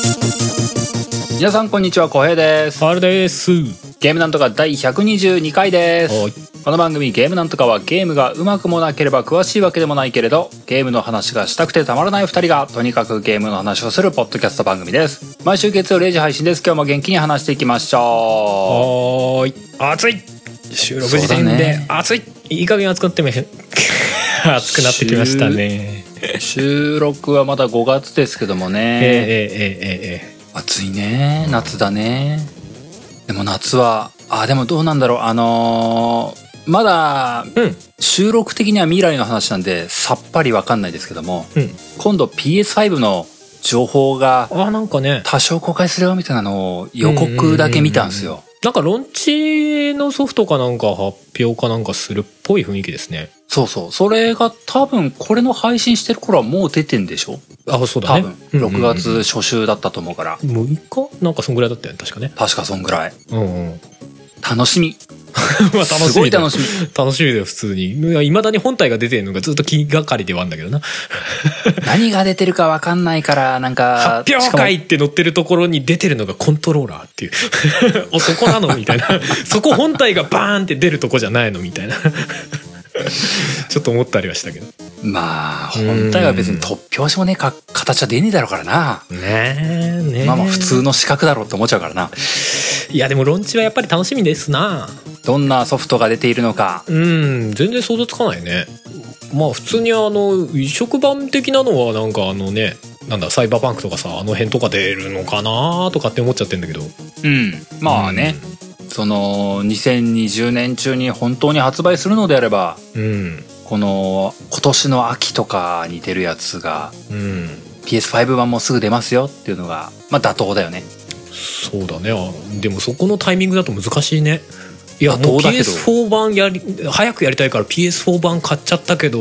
皆さんこんにちは、小平です。 あれです。 ゲームなんとか第122回です。この番組ゲームなんとかは、ゲームがうまくもなければ詳しいわけでもないけれど、ゲームの話がしたくてたまらない2人がとにかくゲームの話をするポッドキャスト番組です。毎週月曜0時配信です。今日も元気に話していきましょう。 はい、暑い。収録時点で暑い、いい加減暑くなって暑くなってきましたね。 収録はまだ5月ですけどもね。暑いね。夏だね。でも夏はでもどうなんだろう。まだ収録的には未来の話なんでさっぱりわかんないですけども、今度 PS5 の情報がなんかね、 多少公開するよみたいなのを予告だけ見たんですよ。 なんかロンチのソフトかなんか発表かなんかするっぽい雰囲気ですね。 そうそう、それが多分これの配信してる頃はもう出てんでしょ。 そうだね。 多分6月初週だったと思うから、 もういいかなんかそんぐらいだったよね、確かね。 確かそんぐらい。楽しみ。 楽しみ。 すごい楽しみ。 楽しみだよ、普通に。未だに本体が出てるのがずっと気がかりではあるんだけどな。 何が出てるか分かんないから、なんか発表会って載ってるところに出てるのがコントローラーっていうそこなのみたいな。そこ本体がバーンって出るとこじゃないのみたいなちょっと思ったりはしたけど、 まあ本体は別に突拍子もねえ形は出ねえだろうからな。 ねえ。 まあ普通の四角だろうって思っちゃうからな。 いやでもロンチはやっぱり楽しみですな。 どんなソフトが出ているのか。 全然想像つかないね。まあ普通に移植版的なのはなんかなんだサイバーパンクとかさ、あの辺とか出るのかなとかって思っちゃってんだけど。 まあね、その2020年中に本当に発売するのであれば、この今年の秋とかに出るやつが、PS5 版もすぐ出ますよっていうのがまあ妥当だよね。 そうだね。でもそこのタイミングだと難しいね。いやもう PS4 版早くやりたいから PS4 版買っちゃったけど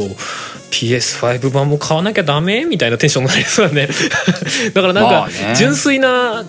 PS5 版も買わなきゃダメみたいなテンションになりそうだねだからなんか純粋な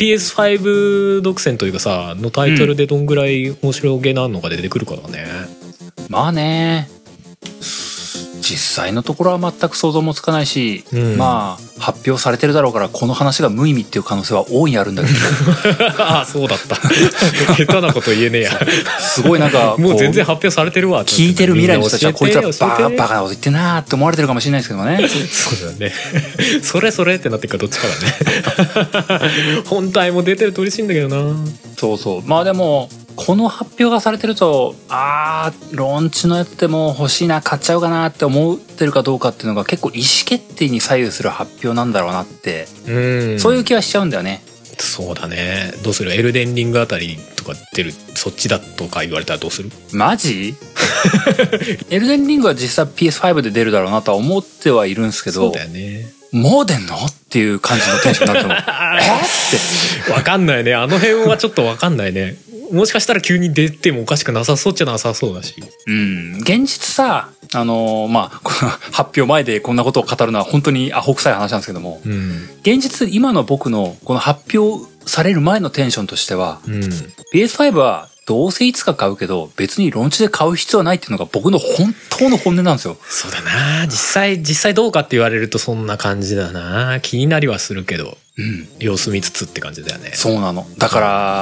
PS5 独占というかさのタイトルでどんぐらい面白げなのが出てくるからね。 まあね、実際のところは全く想像もつかないし、まあ発表されてるだろうからこの話が無意味っていう可能性は大いにあるんだけどそうだった下手なこと言えねえやすごいなんかもう全然発表されてるわ。 聞いてる未来の人たちはこいつらバカなこと言ってんなーって思われてるかもしれないですけどねそうだねそれってなってるからどっちかだね本体も出てると嬉しいんだけどな。 そうまあでもこの発表がされてるとローンチのやつでも欲しいな買っちゃうかなって思ってるかどうかっていうのが結構意思決定に左右する発表なんだろうなって、そういう気はしちゃうんだよね。 そうだね。どうする？エルデンリングあたりとか出る、そっちだとか言われたらどうする？マジエルデンリングは実際 PS5 で出るだろうなとは思ってはいるんですけど、 そうだよね。 もう出んのっていう感じのテンションになってもって分かんないね。あの辺はちょっと分かんないね。もしかしたら急に出てもおかしくなさそうっちゃなさそうだし、 現実さまあ発表前でこんなことを語るのは本当にアホ臭い話なんですけども、現実今の僕のこの発表される前のテンションとしては、PS5 はどうせいつか買うけど別にローンチで買う必要はないっていうのが僕の本当の本音なんですよ。 そうだな。実際どうかって言われるとそんな感じだな。気になりはするけど、様子見つつって感じだよね。 そうなの。だから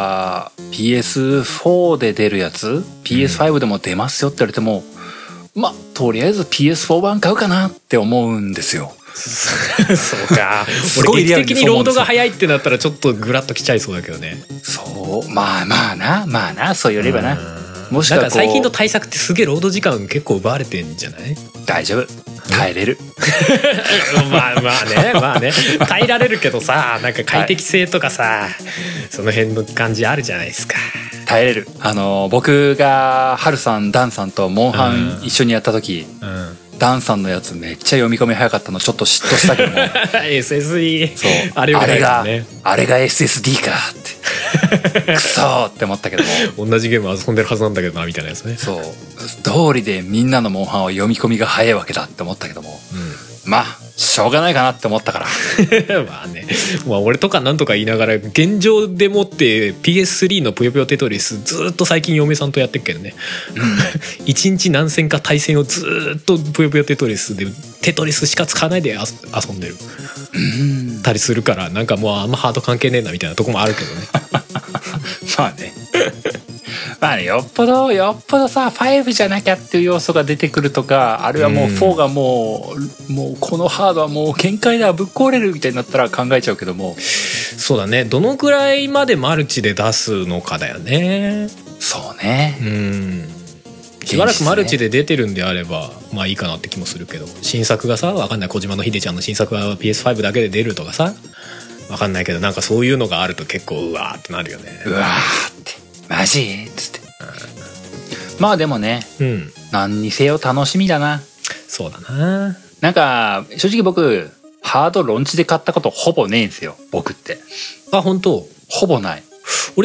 PS4 で出るやつ PS5 でも出ますよって言われても、まあとりあえず PS4 版買うかなって思うんですよそうか俺劇的にロードが早いってなったらちょっとグラッときちゃいそうだけどね。 そうまあなそう言われればな。もしか最近の対策ってすげえロード時間結構奪われてんじゃない？ 大丈夫、耐えれるまあね耐えられるけどさ、なんか快適性とかさ、その辺の感じあるじゃないですか。 耐えれる。僕がハルさんダンさんとモンハン一緒にやった時、ダンさんのやつめっちゃ読み込み早かったのちょっと嫉妬したけども SSD そうあれが SSD かってクソーって思ったけども同じゲーム遊んでるはずなんだけどなみたいなやつね。 そう道理でみんなのモンハンは読み込みが早いわけだって思ったけども、 まあしょうがないかなって思ったからまあね、まあ俺とかなんとか言いながら現状でもって PS3 のぷよぷよテトリスずっと最近嫁さんとやってるけどね、一日何戦か対戦をずっとぷよぷよテトリスでテトリスしか使わないで遊んでるたりするから、なんかもうあんまハート関係ねえなみたいなとこもあるけどねまあねまあね、よっぽどさ5じゃなきゃっていう要素が出てくるとか、あるいはもう4がもうこのハードはもう限界だぶっ壊れるみたいになったら考えちゃうけども、 そうだね、どのくらいまでマルチで出すのかだよね。 そうね、 しばらくマルチで出てるんであればまあいいかなって気もするけど、新作がさ、わかんない、小島の秀ちゃんの新作が PS5 だけで出るとかさ、わかんないけど、なんかそういうのがあると結構うわーってなるよね。 うわーってマジっつって、まあでもね、何にせよ楽しみだな。 そうだな。 なんか正直僕ハードロンチで買ったことほぼねえんですよ、僕って。 あ、本当？ ほぼない。 俺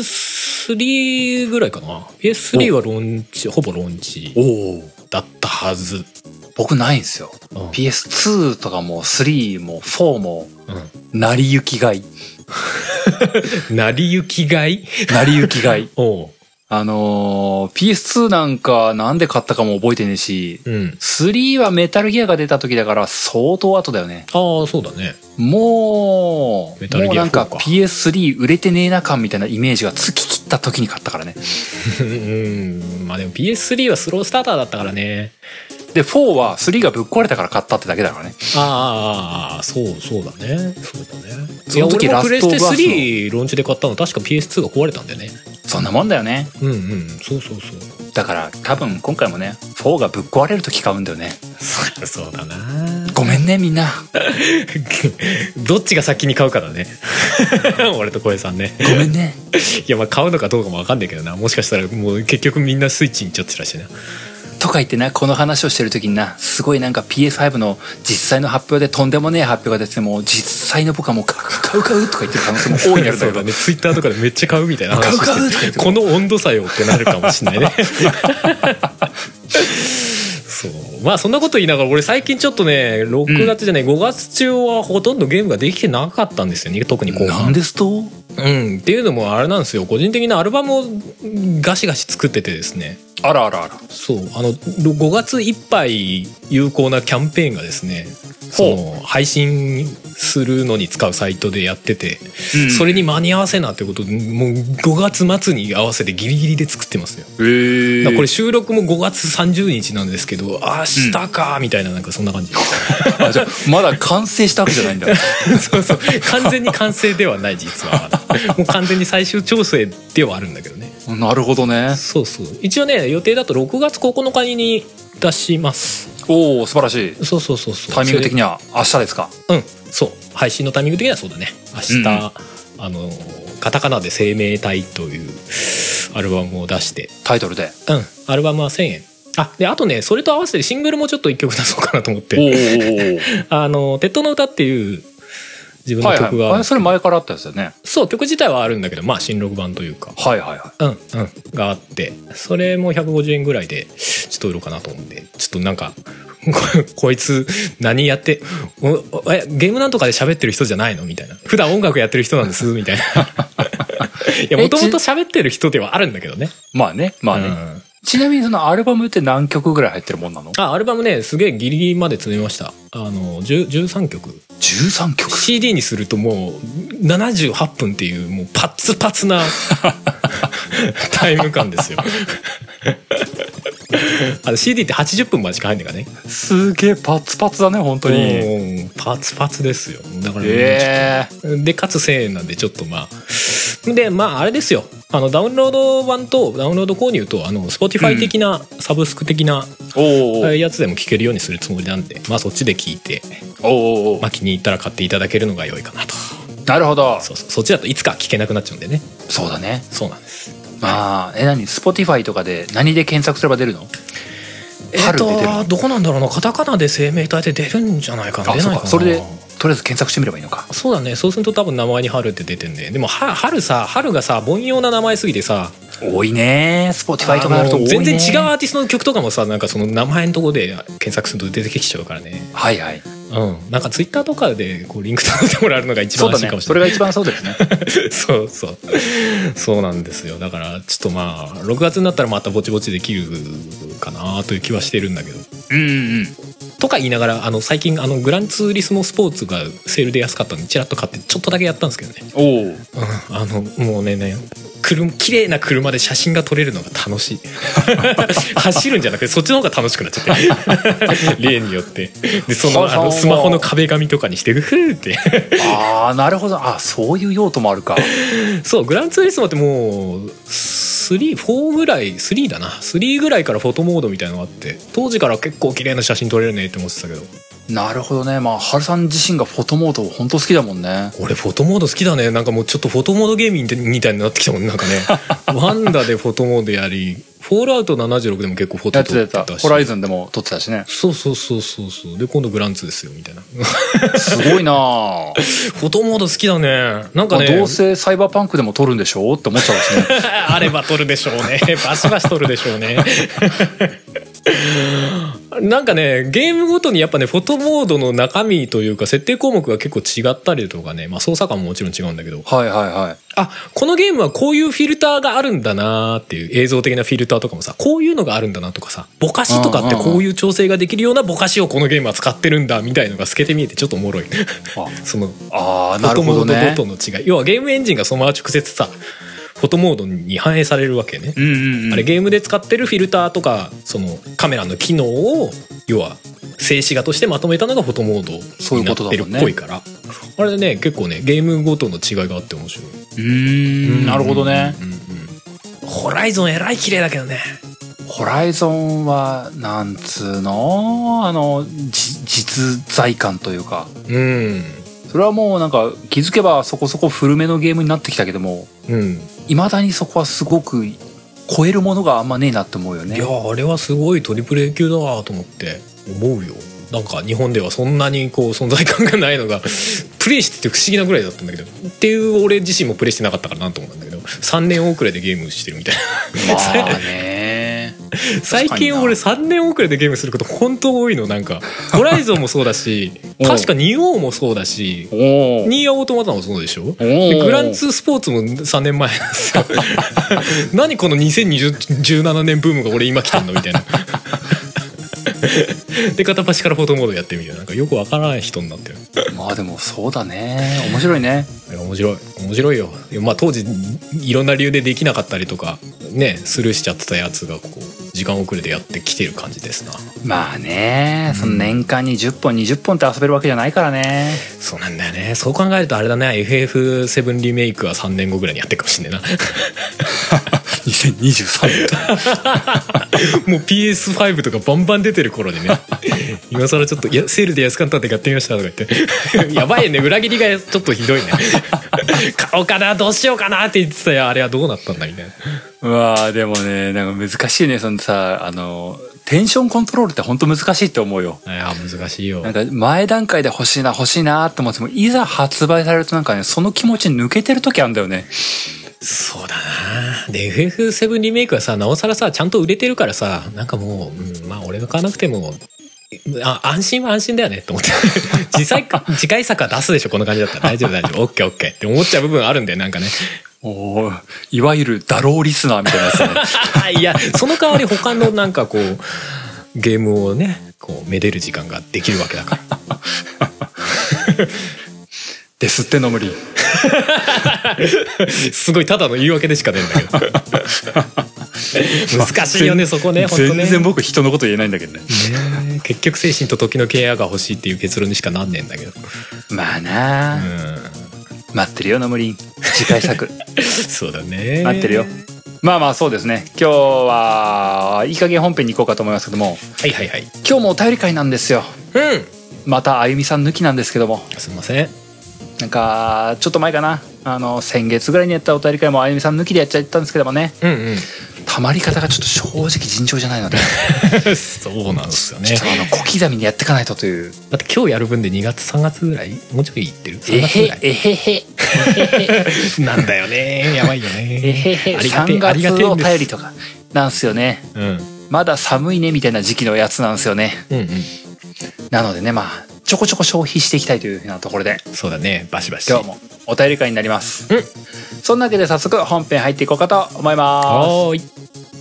PS3 ぐらいかな。 PS3 はロンチ、ほぼロンチだったはず。 僕ないんですよ。PS2 とかも3も4も成り行き買い成り行き買い成り行き買いおう、 PS2 なんかなんで買ったかも覚えてねえし、3はメタルギアが出た時だから相当後だよね。 ああそうだね。 もうなんか PS3 売れてねえな感みたいなイメージがつき切った時に買ったからねまあでも PS3 はスロースターターだったからね。 で4は3がぶっ壊れたから買ったってだけだからね。 ああそうだね、そうだね。 その時いや俺もプレステラスト 3ローンチで買ったの確か PS2 が壊れたんだよね。 そんなもんだよね。 そうだから多分今回もね4がぶっ壊れる時買うんだよね。 そうだな。 ごめんねみんなどっちが先に買うかだね俺と小江さんね。 ごめんねいやまあ買うのかどうかも分かんないけどな、もしかしたらもう結局みんなスイッチに行っちゃってらっしゃるなとか言ってな、この話をしてる時にな、すごいなんか PS5 の実際の発表でとんでもねえ発表が出てても、実際の僕はもう買うとか言ってる可能性も大いにあるんだけどそうだね、ツイッターとかでめっちゃ買うみたいな話してこの温度差よってなるかもしれないねそうまあそんなこと言いながら俺最近ちょっとね6月じゃない、5月中はほとんどゲームができてなかったんですよね、特に後半。 なんですと？ っていうのもあれなんですよ、個人的なアルバムをガシガシ作っててですね。 あら。 そう5月いっぱい有効なキャンペーンがですね、その配信するのに使うサイトでやってて、それに間に合わせなってことでもう5月末に合わせてギリギリで作ってますよ。だからこれ収録も5月30日なんですけど、明日かみたいな、なんかそんな感じじゃあまだ完成したわけじゃないんだそう完全に完成ではない実はもう完全に最終調整ではあるんだけどね。 なるほどね。 そう一応ね予定だと6月9日に出します。 おお素晴らしい。 そうタイミング的には明日ですか？ そう配信のタイミング的にはそうだね、明日、カタカナで生命体というアルバムを出して、 タイトルでアルバムは1000円。あとねそれと合わせてシングルもちょっと1曲出そうかなと思って鉄塔の歌っていう自分の曲が、 それ前からあったやつだよね。 そう曲自体はあるんだけど、まあ新録版というかがあって、それも150円ぐらいでちょっと売ろうかなと思うんで、ちょっとなんかこいつ何やってゲームなんとかで喋ってる人じゃないのみたいな、普段音楽やってる人なんですみたいないやもともと喋ってる人ではあるんだけどね。まあね、 ちなみにそのアルバムって何曲ぐらい入ってるもんなの？ アルバムねすげえギリギリまで詰めました。13曲。 13曲 CD にするともう78分っていうもうパツパツなタイム感ですよCD って80分までしか入んねえからね。 すげえパツパツだね本当に。 パツパツですよ。だからでかつ1000円なんでちょっとであれですよ、ダウンロード版とダウンロード購入とSpotify 的な、サブスク的なやつでも聴けるようにするつもりなんで、そっちで聴いて気に入ったら買っていただけるのが良いかなと。 なるほど。 そっちだといつか聴けなくなっちゃうんでね。 そうだね。 そうなんです。 何 Spotify とかで何で検索すれば出るの？ どこなんだろうな、カタカナで生命体で出るんじゃないかな。出ないかな。 それでとりあえず検索してみればいいのか。 そうだね。そうすると多分名前に春って出てんで、でも春がさ凡庸な名前すぎてさ、 多いね。Spotify とかなると多いね。 全然違うアーティストの曲とかもさ、なんかその名前のところで検索すると出てきちゃうからね。 はいはい。 なんかツイッターとかでこうリンク取ってもらえるのが一番安心かもしれない。 それが一番そうですね。 そうなんですよ。だからちょっとまあ6月になったらまたぼちぼちできるかなという気はしてるんだけど。とか言いながら最近グランツーリスモスポーツがセールで安かったんでチラッと買ってちょっとだけやったんですけどね。もうね綺麗な車で写真が撮れるのが楽しい。走るんじゃなくてそっちの方が楽しくなっちゃって例によってでそのスマホの壁紙とかにしてフーってなるほど。そういう用途もあるか。 そうグランツーリスモってもう4ぐらい3だな3ぐらいからフォトモードみたいなのがあって当時から結構綺麗な写真撮れるねって思ってたけど。 なるほどね。ハルさん自身がフォトモード本当好きだもんね。 俺フォトモード好きだね。なんかもうちょっとフォトモードゲーミングみたいになってきたもんなんかね。ワンダでフォトモードやりフォールアウト76でも結構フォト撮ってたしホライズンでも撮ってたしね。 そうで今度グランツですよみたいな。 すごいなフォトモード好きだね。なんかね、 どうせサイバーパンクでも撮るんでしょって思っちゃうしね。 あれば撮るでしょうね。バシバシ撮るでしょうね。なんかねゲームごとにやっぱねフォトモードの中身というか設定項目が結構違ったりとかね、操作感ももちろん違うんだけど、このゲームはこういうフィルターがあるんだなっていう映像的なフィルターとかもさこういうのがあるんだなとかさぼかしとかってこういう調整ができるようなぼかしをこのゲームは使ってるんだみたいのが透けて見えてちょっとおもろい。そのフォトモードごとの違い、要はゲームエンジンがそのまま直接さフォトモードに反映されるわけね。あれゲームで使ってるフィルターとかそのカメラの機能を要は静止画としてまとめたのがフォトモードになってるっぽいから、あれでね結構ねゲームごとの違いがあって面白い。 なるほどね。 ホライゾンえらい綺麗だけどね。 ホライゾンはなんつうの実在感というか、それはもうなんか気づけばそこそこ古めのゲームになってきたけども、未だにそこはすごく超えるものがあんまねえなって思うよね。 いやあれはすごいトリプル A 級だなと思って思うよ。なんか日本ではそんなにこう存在感がないのがプレイしてて不思議なぐらいだったんだけどっていう俺自身もプレイしてなかったからなんと思うんだけど3年遅れでゲームしてるみたいな。最近俺3年遅れでゲームすること本当多いの。なんかホライゾンもそうだし確かニオーもそうだしニーアオートマタもそうでしょ。でグランツースポーツも3年前なんですよ。何この2017年ブームが俺今来たんだみたいな。で片っ端からフォトモードやってみるなんかよくわからない人になってる。 でもそうだね。面白いね。 面白いよ。当時いろんな理由でできなかったりとかねスルーしちゃってたやつがこう時間遅れでやってきてる感じですな。その年間に10本20本って遊べるわけじゃないからね。そうなんだよね。そう考えるとあれだね FF7 リメイクは3年後ぐらいにやってるかもしれないな。 2023 年もう PS5 とかバンバン出てる頃にね今更ちょっとセールで安かったんで買ってみましたとか言ってやばいね裏切りがちょっとひどいね。買おうかなどうしようかなって言ってたよあれはどうなったんだみたいな。 でもねなんか難しいね。そのさテンションコントロールって本当難しいって思うよ。 難しいよ。 なんか前段階で欲しいなって思ってもいざ発売されるとなんかねその気持ち抜けてる時あるんだよね。 そうだな。で FF7 リメイクはさなおさらさちゃんと売れてるからさなんかもう、俺が買わなくても安心は安心だよねと思って次回作は出すでしょこの感じだったら大丈夫オッケーって思っちゃう部分あるんだよなんかね。 いわゆるダローリスナーみたいなやつね。 いやその代わり他のなんかこうゲームをねこうめでる時間ができるわけだから。 ですっての無理。 すごいただの言い訳でしかねえんだけど。難しいよねそこね。 全然僕人のこと言えないんだけどね。 結局精神と時のケアが欲しいっていう結論にしかなんねえんだけど。 待ってるよの無理次回作。 そうだね待ってるよ。そうですね。今日はいい加減本編に行こうかと思いますけども、今日もお便り会なんですよ。またあゆみさん抜きなんですけども、 すいません。 なんかちょっと前かな先月ぐらいにやったお便り会もあゆみさん抜きでやっちゃったんですけどもね、 溜まり方がちょっと正直尋常じゃないのでそうなんですよね。 ちょっと小刻みにやっていかないとという。 だって今日やる分で2月3月ぐらいもうちょいいってる3月ぐらいえへへなんだよね、やばいよね。 えへへ3月の便りとかなんすよね、うん、まだ寒いねみたいな時期のやつなんですよね、うんうん、なのでね、まあちょこちょこ消費していきたいというふうなところで、 そうだね、バシバシ今日もお便り会になります、うん、そんなわけで早速本編入っていこうかと思います。 はい。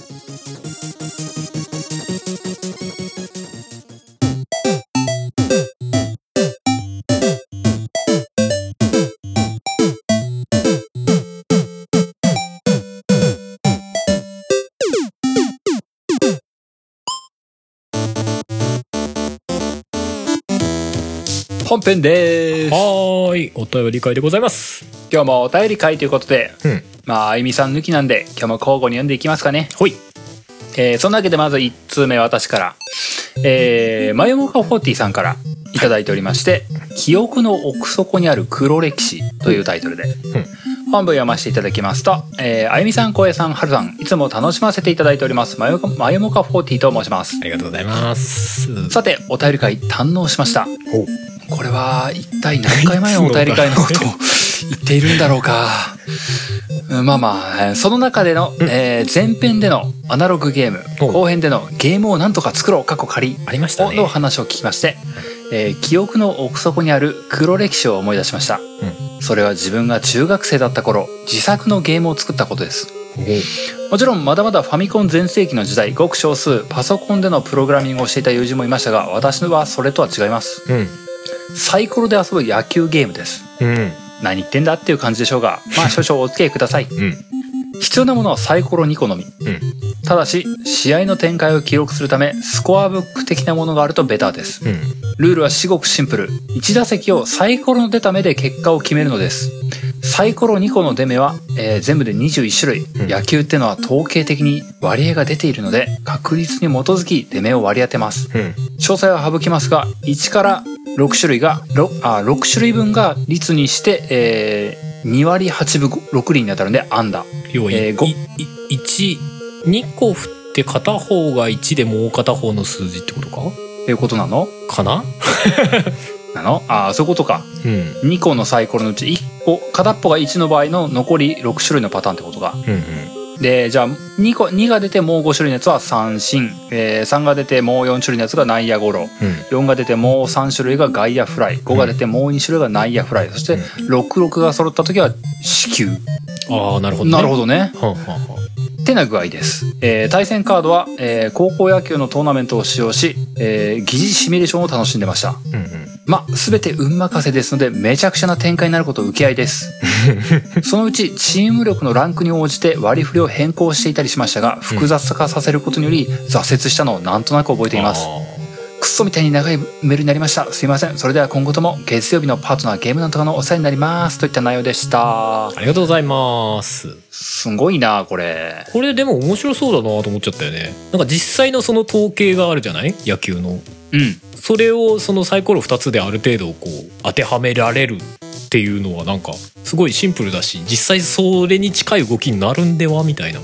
本編です。 はい、お便り会でございます。 今日もお便り会ということで、まああゆみさん抜きなんで今日も交互に読んでいきますかね。 ほい。 そんなわけでまず1通目私から、マヨモカ40さんからいただいておりまして、記憶の奥底にある黒歴史というタイトルで、本文読ませていただきますと、あゆみさん、こえさん、はるさん、いつも楽しませていただいておりますマヨモカ40と申します。 ありがとうございます。 さて、お便り会堪能しました。これは一体何回前のお便り会のことを言っているんだろうか。まあまあその中での、前編でのアナログゲーム、後編でのゲームをなんとか作ろう仮ありましたねの話を聞きまして、記憶の奥底にある黒歴史を思い出しました、それは自分が中学生だった頃自作のゲームを作ったことです。もちろんまだまだファミコン全盛期の時代、ごく少数パソコンでのプログラミングをしていた友人もいましたが、私はそれとは違います、サイコロで遊ぶ野球ゲームです、何言ってんだっていう感じでしょうが、まあ少々お付き合いください、必要なものはサイコロ2個のみ、ただし試合の展開を記録するためスコアブック的なものがあるとベターです、ルールは至極シンプル。1打席をサイコロの出た目で結果を決めるのです。サイコロ2個の出目は、全部で21種類、野球ってのは統計的に割合が出ているので確率に基づき出目を割り当てます、詳細は省きますが1から6種類が 6種類分が率にして、2割8分6厘に当たるんでアンダー。 要は2個振って片方が1でもう片方の数字ってことかっていうことなのかななの？そういうことか、2個のサイコロのうち1個片っぽが1の場合の残り6種類のパターンってことか、でじゃあ2が出てもう5種類のやつは三振、3が出てもう4種類のやつが内野ゴロ、4が出てもう3種類が外野フライ、5が出てもう2種類が内野フライ、そして66が揃った時は四球。 なるほどね。 なるほどね。ってな具合です、対戦カードは、高校野球のトーナメントを使用し、疑似シミュレーションを楽しんでました、まあ全て運任せですのでめちゃくちゃな展開になること受け合いですそのうちチーム力のランクに応じて割り振りを変更していたりしましたが、複雑化させることにより挫折したのをなんとなく覚えています。クソみたいに長いメールになりました。すいません。それでは今後とも月曜日のパートナーゲームなんとかのお世話になりますといった内容でした。 ありがとうございます。 すごいなこれ。 これでも面白そうだなと思っちゃったよね。なんか実際のその統計があるじゃない、野球の。それをそのサイコロ2つである程度こう当てはめられるっていうのはなんかすごいシンプルだし、実際それに近い動きになるんではみたいな。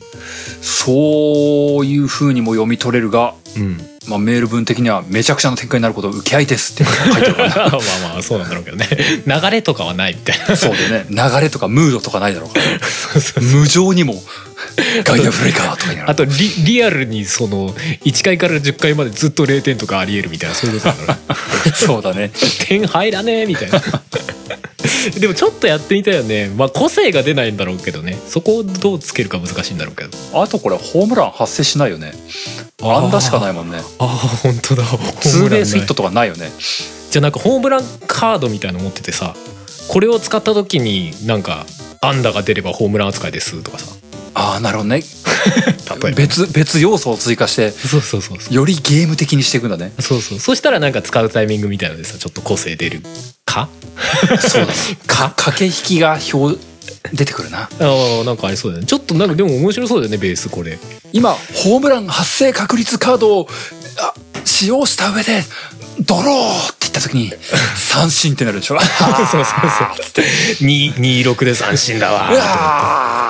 そういう風にも読み取れるが、まあ、メール文的にはめちゃくちゃな展開になることを受け合いですって書いてあるからまあまあそうなんだろうけどね流れとかはないみたいな。 そうだね、流れとかムードとかないだろうから無情にも外野フライかとかになる。 あとリアルにその1回から10回までずっと0点とかありえるみたいな、そういうことなんだろうそうだね点入らねえみたいなでもちょっとやってみたいよね。まあ個性が出ないんだろうけどね、そこをどうつけるか難しいんだろうけど。 あとこれホームラン発生しないよね。安打しかないもんね。 本当だ。 ツーベースヒットとかないよね。 じゃあなんかホームランカードみたいなの持っててさ、これを使った時になんか安打が出ればホームラン扱いですとかさ。 なるほどね例えば別要素を追加して、 そうよりゲーム的にしていくんだね。 そしたらなんか使うタイミングみたいなのでさ、ちょっと個性出るかそうだね駆け引きが出てくるな。 なんかありそうだね。ちょっとなんかでも面白そうだよね、ベースこれ。 今ホームラン発生確率カードを使用した上でドローって言った時に三振ってなるでしょそう 26で三振だわうわーっつって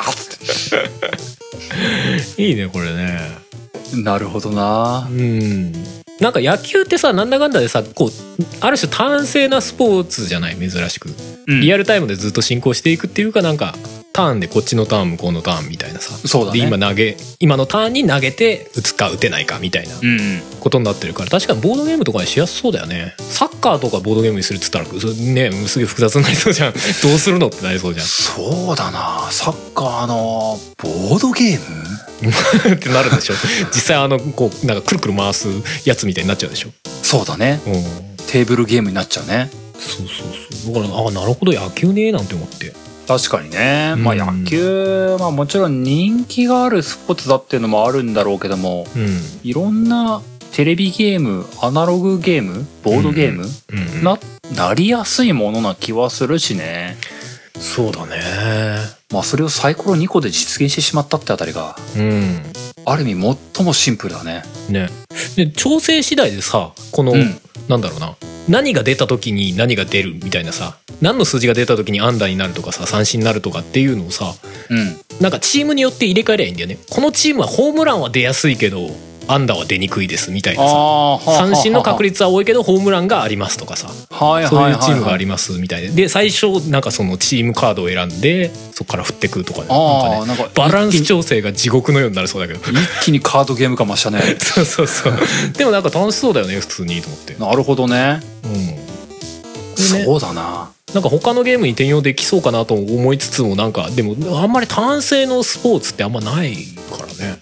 いいねこれね。 なるほどな。 なんか野球ってさ、なんだかんだでさ、こうある種単性なスポーツじゃない、珍しく、リアルタイムでずっと進行していくっていうか、なんかターンでこっちのターン向こうのターンみたいなさ。 そうだね。 で今のターンに投げて打つか打てないかみたいなことになってるから、確かにボードゲームとかにしやすそうだよね。サッカーとかボードゲームにするっつったらね、すげえ複雑になりそうじゃん。どうするのってなりそうじゃん。 そうだな、サッカーのボードゲームってなるでしょ。実際こうなんかくるくる回すやつみたいになっちゃうでしょ。 そうだね、テーブルゲームになっちゃうね。 そうだからなるほど野球ねなんて思って。 確かにね、まあ野球、まあもちろん人気があるスポーツだっていうのもあるんだろうけども、いろんなテレビゲーム、アナログゲーム、ボードゲーム、なりやすいものな気はするしね。 そうだね。 まあそれをサイコロ2個で実現してしまったってあたりが、ある意味最もシンプルだね。 で調整次第でさ、この、なんだろうな、何が出た時に何が出るみたいなさ、何の数字が出た時に安打になるとかさ、三振になるとかっていうのをさ、なんかチームによって入れ替えりゃいいんだよね。このチームはホームランは出やすいけど安打は出にくいですみたいなさ、三振の確率は多いけどホームランがありますとかさ、そういうチームがありますみたいで、最初なんかそのチームカードを選んでそこから振ってくとか、なんかバランス調整が地獄のようになるそうだけど、 一気にカードゲーム化ましたね。 そうでもなんか楽しそうだよね普通にと思って。 なるほどね。そうだな。 なんか他のゲームに転用できそうかなと思いつつも、なんかでもあんまり単性のスポーツってあんまないからね。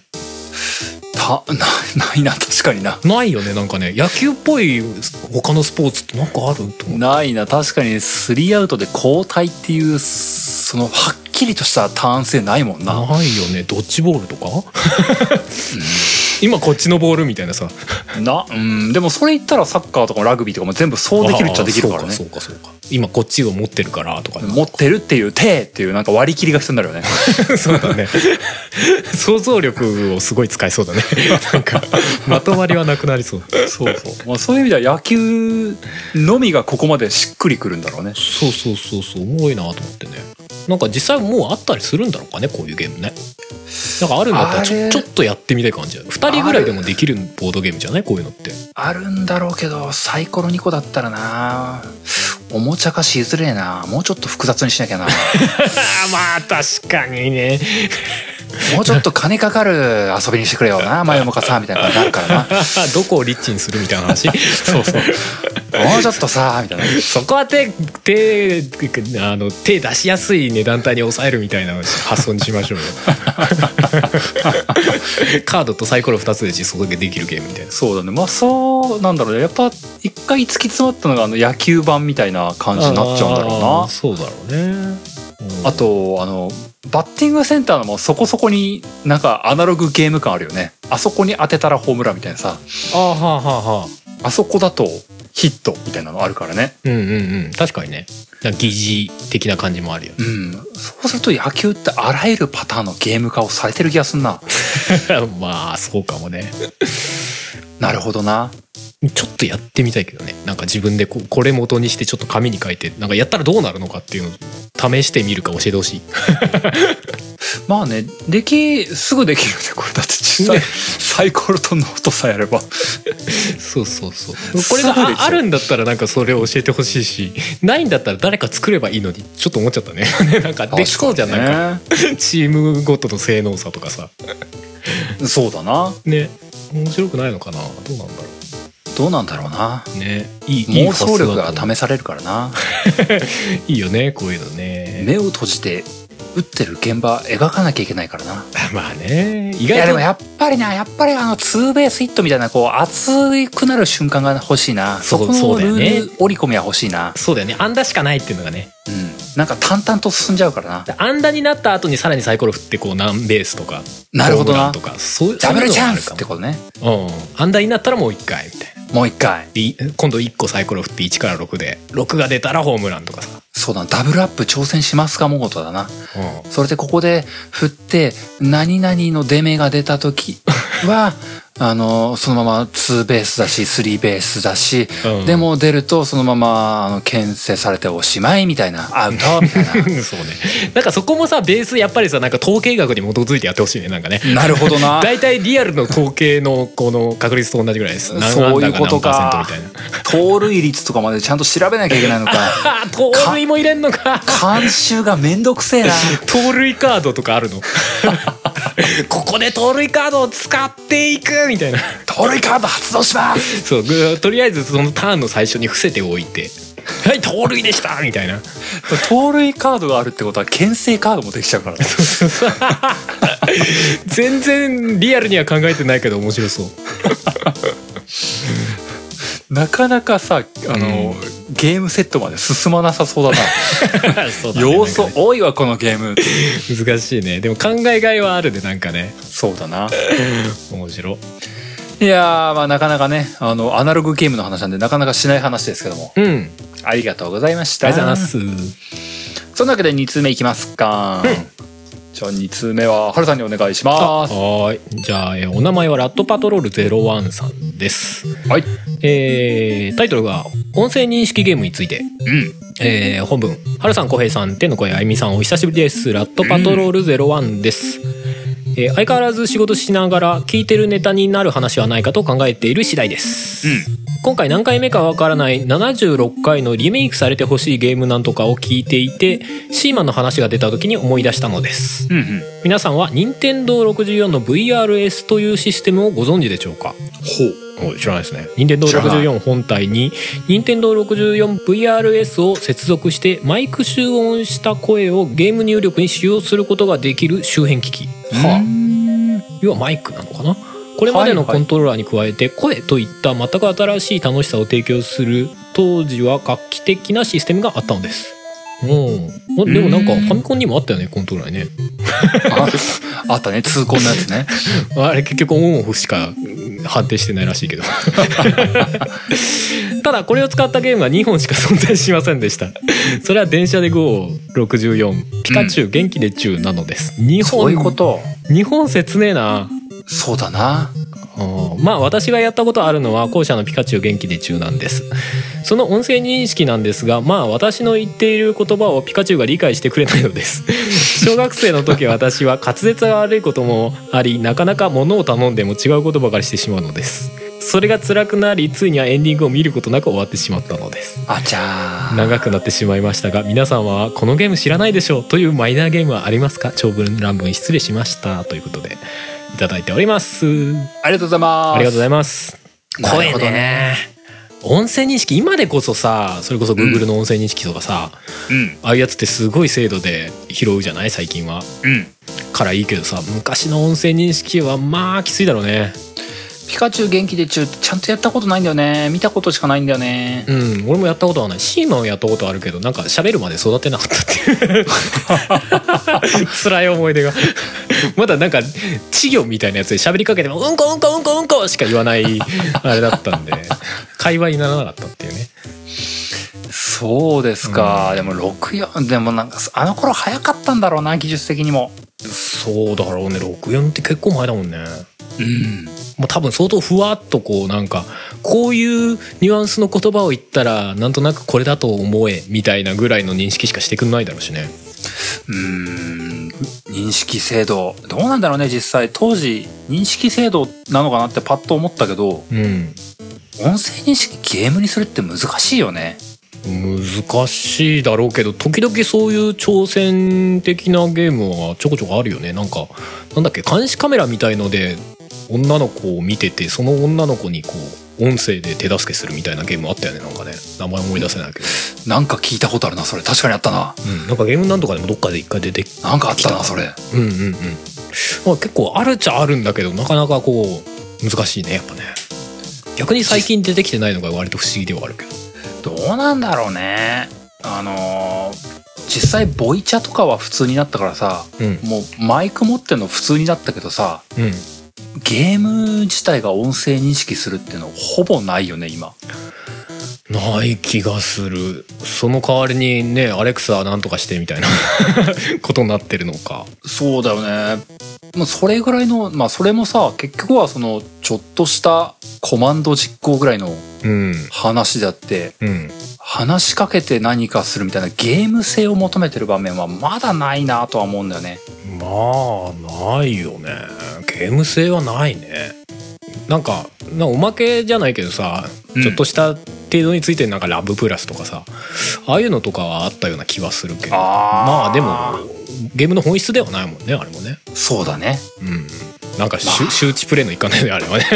ないな、確かにな。 ないよね。なんかね、野球っぽい他のスポーツってなんかあると思う。 ないな、確かに3アウトで交代っていうそのはっきりとした単性ないもんな。 ないよね。ドッジボールとか今こっちのボールみたいなさでもそれ言ったらサッカーとかラグビーとかも全部そうできるっちゃできるからね。 そうか今こっちを持ってるからとか、 持ってるっていう手っていうなんか割り切りが必要になるよね。 そうだね。想像力をすごい使いそうだね。なんかまとまりはなくなりそう。まあ、そういう意味では野球のみがここまでしっくりくるんだろうね。 そうおもろいなと思ってね。なんか実際もうあったりするんだろうかね、こういうゲームね。なんかあるんだったらちょっとやってみたい感じだよ。2人ぐらいでもできるボードゲームじゃない、こういうのって。あるんだろうけど、サイコロ2個だったらな、おもちゃ化しづれえな。もうちょっと複雑にしなきゃな。 まあ確かにね。 もうちょっと金かかる遊びにしてくれよな、マヨモカさみたいな感じになるからな。 どこをリッチにするみたいな話。もうちょっとさみたいな。 そこは手出しやすい値段帯に抑えるみたいな発想にしましょうよ。カードとサイコロ2つで実装でできるゲームみたいな。 そうだね。まあそうなんだろうね。やっぱ一回突き詰まったのが野球版みたいな感じになっちゃうんだろうな。 そうだろうね。 あとバッティングセンターのもそこそこになんかアナログゲーム感あるよね。あそこに当てたらホームランみたいなさ。あそこだとヒットみたいなのあるからね。 確かにね。疑似的な感じもあるよね。 そうすると野球ってあらゆるパターンのゲーム化をされてる気がすんな。 まあそうかもね。 なるほどな。 ちょっとやってみたいけどね。なんか自分でこれ元にしてちょっと紙に書いてなんかやったらどうなるのかっていうのを試してみるか教えてほしい。まあね、すぐできるねこれ。だって実際サイコロとノートさえやれば。 そうこれがあるんだったらなんかそれを教えてほしいし、ないんだったら誰か作ればいいのにちょっと思っちゃったね。なんかできそうじゃん、なんかチームごとの性能差とかさ。 そうだなね。面白くないのかな。 どうなんだろうな。 ね、 妄想力が試されるからな。 いいよねこういうのね。 目を閉じて打ってる現場描かなきゃいけないからな。 まあね。 意外と。いやでもやっぱりツーベースヒットみたいな熱くなる瞬間が欲しいな。そこのルール織り込みは欲しいな。 そうだよね。安打しかないっていうのがね。 なんか淡々と進んじゃうからな。 安打になった後にさらにサイコロ振って何ベースとか。 なるほどな。 とかそうダブルチャンスってことね。 安打になったらもう1回みたいな。 もう1回今度1個サイコロ振って1から6で6が出たらホームランとかさ。 そうだ、ダブルアップ挑戦しますかもごとだな。それでここで振って何々の出目が出た時はそのまま2ベースだし3ベースだし、でも出るとそのまま牽制されておしまいみたいな、アウトみたいなそうね。 なんかそこもさベースやっぱりさ、なんか統計学に基づいてやってほしいね、なんかね。 なるほどな。 大体リアルの統計のこの確率と同じぐらいです。 そういうことか。 何%みたいな。 盗塁率とかまでちゃんと調べなきゃいけないのか。 盗塁も入れんのか。 監修がめんどくせえな。 盗塁カードとかあるの。ここで盗塁カードを使っていくみたいな。 盗塁カード発動します。 そう、とりあえずそのターンの最初に伏せておいて、はい盗塁でしたみたいな。 盗塁カードがあるってことは牽制カードもできちゃうからね。 全然リアルには考えてないけど面白そう。 なかなかさゲームセットまで進まなさそうだな。そうだね、要素多いわこのゲーム。 難しいね。でも考えがいはあるで、なんかね。 そうだな。 面白い。いやー、まあなかなかねアナログゲームの話なんでなかなかしない話ですけども、ありがとうございました。 ありがとうございます。 そんなわけで2通目いきますか。じゃあ2通目ははるさんにお願いします。 はい。じゃあお名前はラットパトロール01さんです。 はい。 タイトルが音声認識ゲームについて。本文、はるさん、こへいさん、天の声、あゆみさん、お久しぶりです。ラットパトロール01です。相変わらず仕事しながら聞いてるネタになる話はないかと考えている次第です。今回何回目かわからない76回のリメイクされてほしいゲームなんとかを聞いていて、シーマンの話が出た時に思い出したのです。皆さんは任天堂64の VRS というシステムをご存知でしょうか？知らないですね。任天堂64本体に任天堂 64VRS を接続してマイク集音した声をゲーム入力に使用することができる周辺機器。要はマイクなのかな。これまでのコントローラーに加えて声といった全く新しい楽しさを提供する当時は画期的なシステムがあったのです。でもなんかファミコンにもあったよね、コントローラーね。 あったね、痛恨のやつね。 あれ結局オンオフしか判定してないらしいけど。ただこれを使ったゲームは2本しか存在しませんでした。それは電車で GO64、ピカチュウ元気でチュウなのです。2本。 そういうこと。 2本切ねえな。 そうだな。 まあ私がやったことあるのは後者のピカチュウ元気でチュウなんです。その音声認識なんですが、まあ私の言っている言葉をピカチュウが理解してくれないのです。小学生の時私は滑舌が悪いこともあり、なかなか物を頼んでも違うことばかりしてしまうのです。それが辛くなり、ついにはエンディングを見ることなく終わってしまったのです。 あちゃー。 長くなってしまいましたが、皆さんはこのゲーム知らないでしょうというマイナーゲームはありますか？長文乱文失礼しましたということでいただいております。 ありがとうございます。 ありがとうございます。声ね。音声認識今でこそさ、それこそ Google の音声認識とかさ、ああいうやつってすごい精度で拾うじゃない最近は。からいいけどさ、昔の音声認識はまあきついだろうね。 ピカチュウ元気でチュウってちゃんとやったことないんだよね。見たことしかないんだよね。 俺もやったことはない。シーマンはやったことあるけど、なんか喋るまで育てなかったっていう辛い思い出が。まだなんか稚魚みたいなやつで喋りかけてもうんこうんこうんこうんこしか言わないあれだったんで、会話にならなかったっていうね。 そうですか。でも64でもなんかあの頃早かったんだろうな、技術的にも。 そうだろうね。64って結構前だもんね。もう多分相当ふわっとこうなんかこういうニュアンスの言葉を言ったらなんとなくこれだと思えみたいなぐらいの認識しかしてくんないだろうしね。 認識精度どうなんだろうね。実際当時認識精度なのかなってパッと思ったけど、音声認識ゲームにするって難しいよね。 難しいだろうけど、時々そういう挑戦的なゲームはちょこちょこあるよね。なんかなんだっけ、監視カメラみたいので女の子を見てて、その女の子にこう音声で手助けするみたいなゲームあったよね。なんかね、名前思い出せないけど、 なんか聞いたことあるなそれ。確かにあったな。 なんかゲームなんとかでもどっかで一回出てきた。 なんかあったなそれ。 まあ、結構あるっちゃあるんだけど、なかなかこう難しいねやっぱね。逆に最近出てきてないのが割と不思議ではあるけど。 どうなんだろうね。実際ボイチャとかは普通になったからさ、もうマイク持ってんの普通になったけどさ、ゲーム自体が音声認識するっていうのほぼないよね今。 ない気がする。その代わりにね、アレクサなんとかしてみたいなことになってるのか。 そうだよね。もうそれぐらいの、まあそれもさ、結局はそのちょっとしたコマンド実行ぐらいの話であって、うん、話しかけて何かするみたいなゲーム性を求めてる場面はまだないなとは思うんだよね。 まあないよね。ゲーム性はないね。なんかおまけじゃないけどさ、ちょっとした程度についてなんかラブプラスとかさ、ああいうのとかはあったような気はするけど、まあでもゲームの本質ではないもんね、あれもね。 そうだね。 うん。なんか周知プレイの一環だよね、あれはね。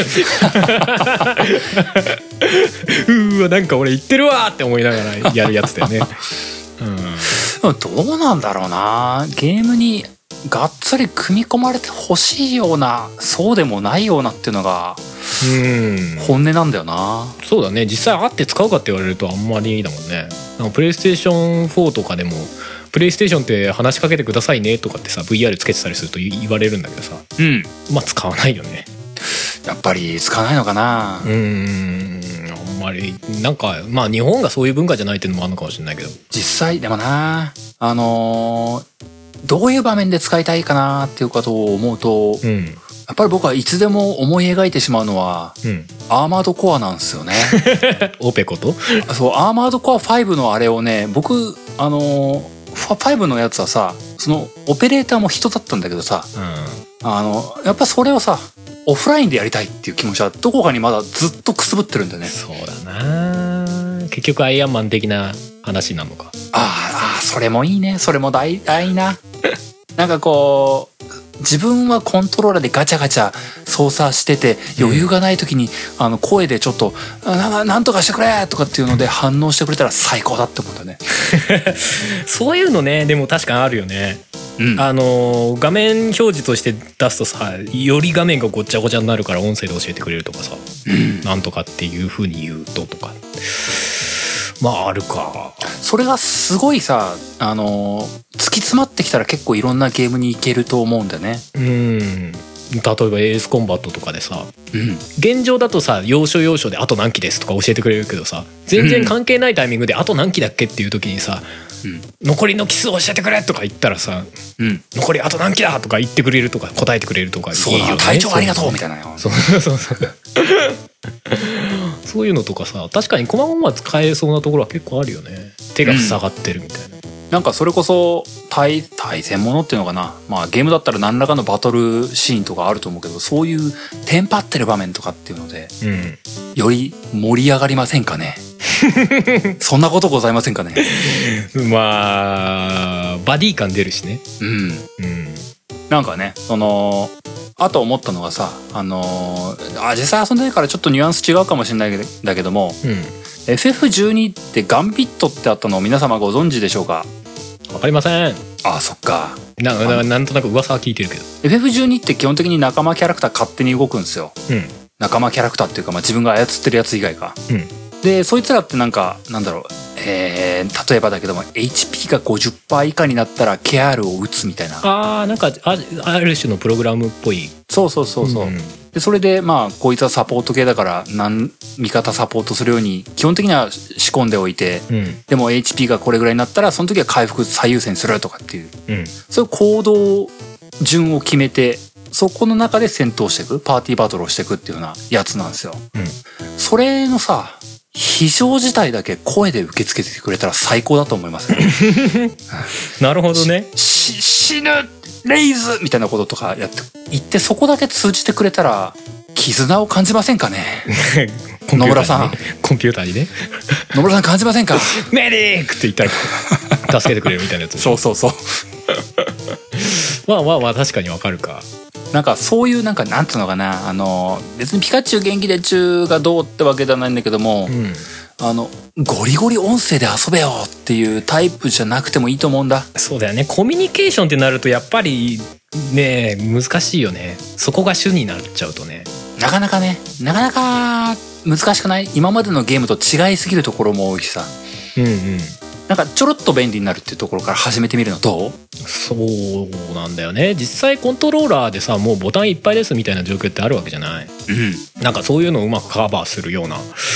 うわ、なんか俺言ってるわって思いながらやるやつだよね。 うん。どうなんだろうな。ゲームにがっつり組み込まれてほしいような、そうでもないようなっていうのが本音なんだよな。 そうだね。実際会って使うかって言われるとあんまりだもんね。なんかプレイステーション4とかでもプレイステーションって話しかけてくださいねとかってさ VR つけてたりすると言われるんだけどさ、うん、まあ使わないよね。 やっぱり使わないのかな。 あんまりなんかまあ日本がそういう文化じゃないっていうのもあるのかもしれないけど、 実際でもな、どういう場面で使いたいかなっていうことを思うと、うん、やっぱり僕はいつでも思い描いてしまうのは、うん、アーマードコアなんですよね。 オペコとそう、アーマードコア5のあれをね、僕5のやつはさ、そのオペレーターも人だったんだけどさ、うん、やっぱそれをさオフラインでやりたいっていう気持ちはどこかにまだずっとくすぶってるんだよね。 そうだな。結局アイアンマン的な話なのか。 ああ、それもいいね。それも大な。なんかこう自分はコントローラーでガチャガチャ操作してて余裕がない時に、声でちょっとなんとかしてくれとかっていうので反応してくれたら最高だって思うんだね。 そういうのね、でも確かにあるよね。うん、画面表示として出すとさ、より画面がごっちゃごちゃになるから音声で教えてくれるとかさ、うん、なんとかっていう風に言うとか、まああるか。 それがすごいさ、突き詰まってきたら結構いろんなゲームに行けると思うんだよね。 例えばエースコンバットとかでさ、うん、現状だとさ要所要所であと何機ですとか教えてくれるけどさ、全然関係ないタイミングであと何機だっけっていう時にさ、うん、残りの機数教えてくれとか言ったらさ、うん、残りあと何機だとか言ってくれるとか答えてくれるとかいいよね。 そうだ、隊長ありがとうみたいなよ。 そうそういうのとかさ、確かに細々使えそうなところは結構あるよね。手が塞がってるみたいな、うん、 なんかそれこそ対戦ものっていうのかな、まあゲームだったら何らかのバトルシーンとかあると思うけど、そういうテンパってる場面とかっていうので、うん、より盛り上がりませんかね。そんなことございませんかね。 まあバディ感出るしね。うん、うん、 なんかね、あと思ったのがさ、実際遊んでないからちょっとニュアンス違うかもしれないんだけども、うん、FF12 ってガンビットってあったのを皆様ご存知でしょうか？ わかりません。 あ、そっか。 なんとなく噂は聞いてるけど、 FF12 って基本的に仲間キャラクター勝手に動くんですよ、うん、仲間キャラクターっていうか、まあ、自分が操ってるやつ以外か、うん、でそいつらってなんかなんだろう、例えばだけども HP が 50% 以下になったらケアールを打つみたいな、 なんかある種のプログラムっぽい。 そうそうそうそう、うん、でそれでまあこいつはサポート系だから味方サポートするように基本的には仕込んでおいて、うん、でも HP がこれぐらいになったらその時は回復最優先するとかっていう、うん、そういう行動順を決めてそこの中で戦闘していく、パーティーバトルをしていくっていうようなやつなんですよ、うん、それのさ非常事態だけ声で受け付けてくれたら最高だと思いますね。 なるほどね。 死ぬレイズみたいなこととかやって言ってそこだけ通じてくれたら絆を感じませんかね。野村さんコンピューターにね。 野村さん感じませんか。 メディックって言ったら助けてくれるみたいなやつ。 そうそうそう。 まあ確かにわかるか。 なんかそういうなんていうのかな、別にピカチュウ元気でチュウがどうってわけではないんだけども、うん、ゴリゴリ音声で遊べよっていうタイプじゃなくてもいいと思うんだ。 そうだよね。コミュニケーションってなるとやっぱりね難しいよね。そこが主になっちゃうとね、 なかなか難しくない？今までのゲームと違いすぎるところも多いしさ、うんうん、なんかちょろっと便利になるっていうところから始めてみるのどう？ そうなんだよね。実際コントローラーでさもうボタンいっぱいですみたいな状況ってあるわけじゃない、うん、なんかそういうのをうまくカバーするような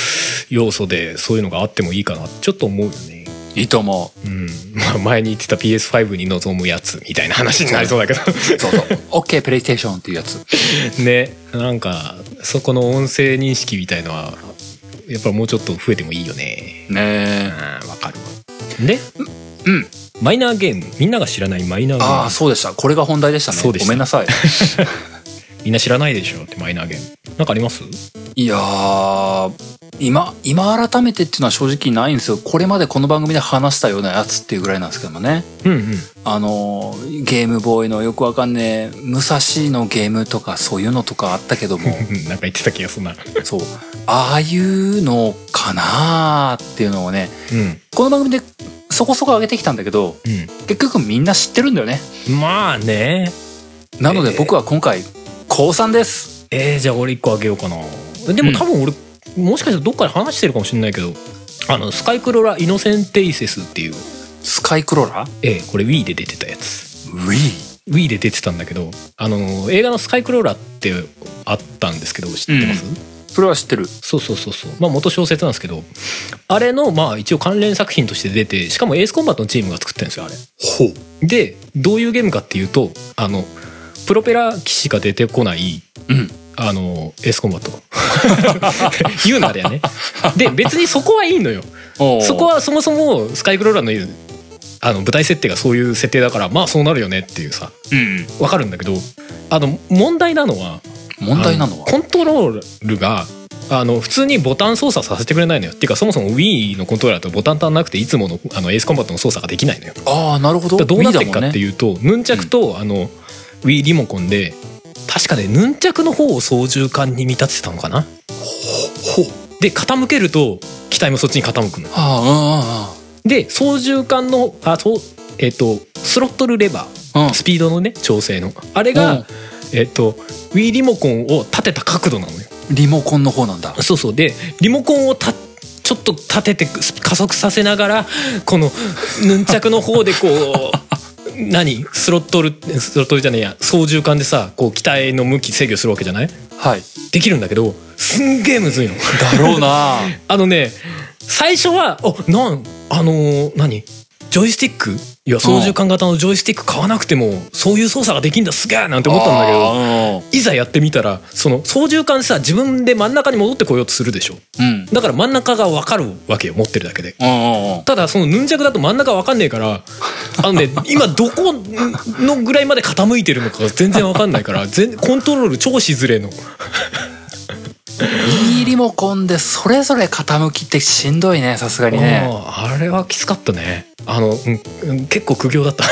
要素でそういうのがあってもいいかなちょっと思うよね。 いいと思う。まあ、前に言ってた PS5 に臨むやつみたいな話になりそうだけどそうそう OK プレイステーションっていうやつね。なんかそこの音声認識みたいのはやっぱりもうちょっと増えてもいいよね。 ねえ。わかる。で、マイナーゲーム、みんなが知らないマイナーゲーム。 ああそうでした。これが本題でしたね。そうでした。ごめんなさいみんな知らないでしょってマイナーゲームなんかあります？ いやー今改めてっていうのは正直ないんですよ。これまでこの番組で話したようなやつっていうぐらいなんですけどもね。ゲームボーイのよくわかんねえ武蔵のゲームとかそういうのとかあったけどもなんか言ってた気がするなそうああいうのかなーっていうのをね、この番組でそこそこ上げてきたんだけど、結局みんな知ってるんだよね。 まあね。 なので僕は今回高3です。 じゃあ俺1個あげようかな。でも多分俺、もしかしたらどっかで話してるかもしれないけどスカイクロライノセンテイセスっていう。 スカイクロラ？ これ Wii で出てたやつ。 Wii で出てたんだけど映画のスカイクロラってあったんですけど知ってます？ それは知ってる。 そうまあ元小説なんですけどあれのまあ一応関連作品として出てしかもエースコンバットのチームが作ってるんですよあれ。 ほう。 でどういうゲームかっていうとプロペラ機しか出てこない、エースコンバット言うなあれやね。で別にそこはいいのよ。そこはそもそもスカイクローラーの言う舞台設定がそういう設定だからまあそうなるよねっていうさ、わかるんだけど問題なのはコントロールが普通にボタン操作させてくれないのよ。っていうかそもそも Wii のコントローラーとボタン足んなくていつものエースコンバットの操作ができないのよ。 ああなるほど。 どうなっていくかっていうと、ヌンチャクとWii リモコンで確かねヌンチャクの方を操縦桿に見立ててたのかな。で傾けると機体もそっちに傾くの。で操縦桿のスロットルレバー、スピードのね調整のあれがWii リモコンを立てた角度なのよ。 リモコンの方なんだ。 そうでリモコンをちょっと立てて加速させながらこのヌンチャクの方でこうスロットルじゃねえや操縦桿でさこう機体の向き制御するわけじゃない？ はい。 できるんだけどすんげえむずいの。 だろうな。 最初はジョイスティックいや操縦桿型のジョイスティック買わなくてもそういう操作ができんだすげえなんて思ったんだけどいざやってみたらその操縦桿さ自分で真ん中に戻ってこようとするでしょ、だから真ん中が分かるわけよ持ってるだけで。ただそのヌンチャクだと真ん中分かんねえから今どこのぐらいまで傾いてるのか全然分かんないからコントロール超しづれの。 Wii リモコンでそれぞれ傾きってしんどいねさすがにね。 あれはきつかったね。結構苦行だった。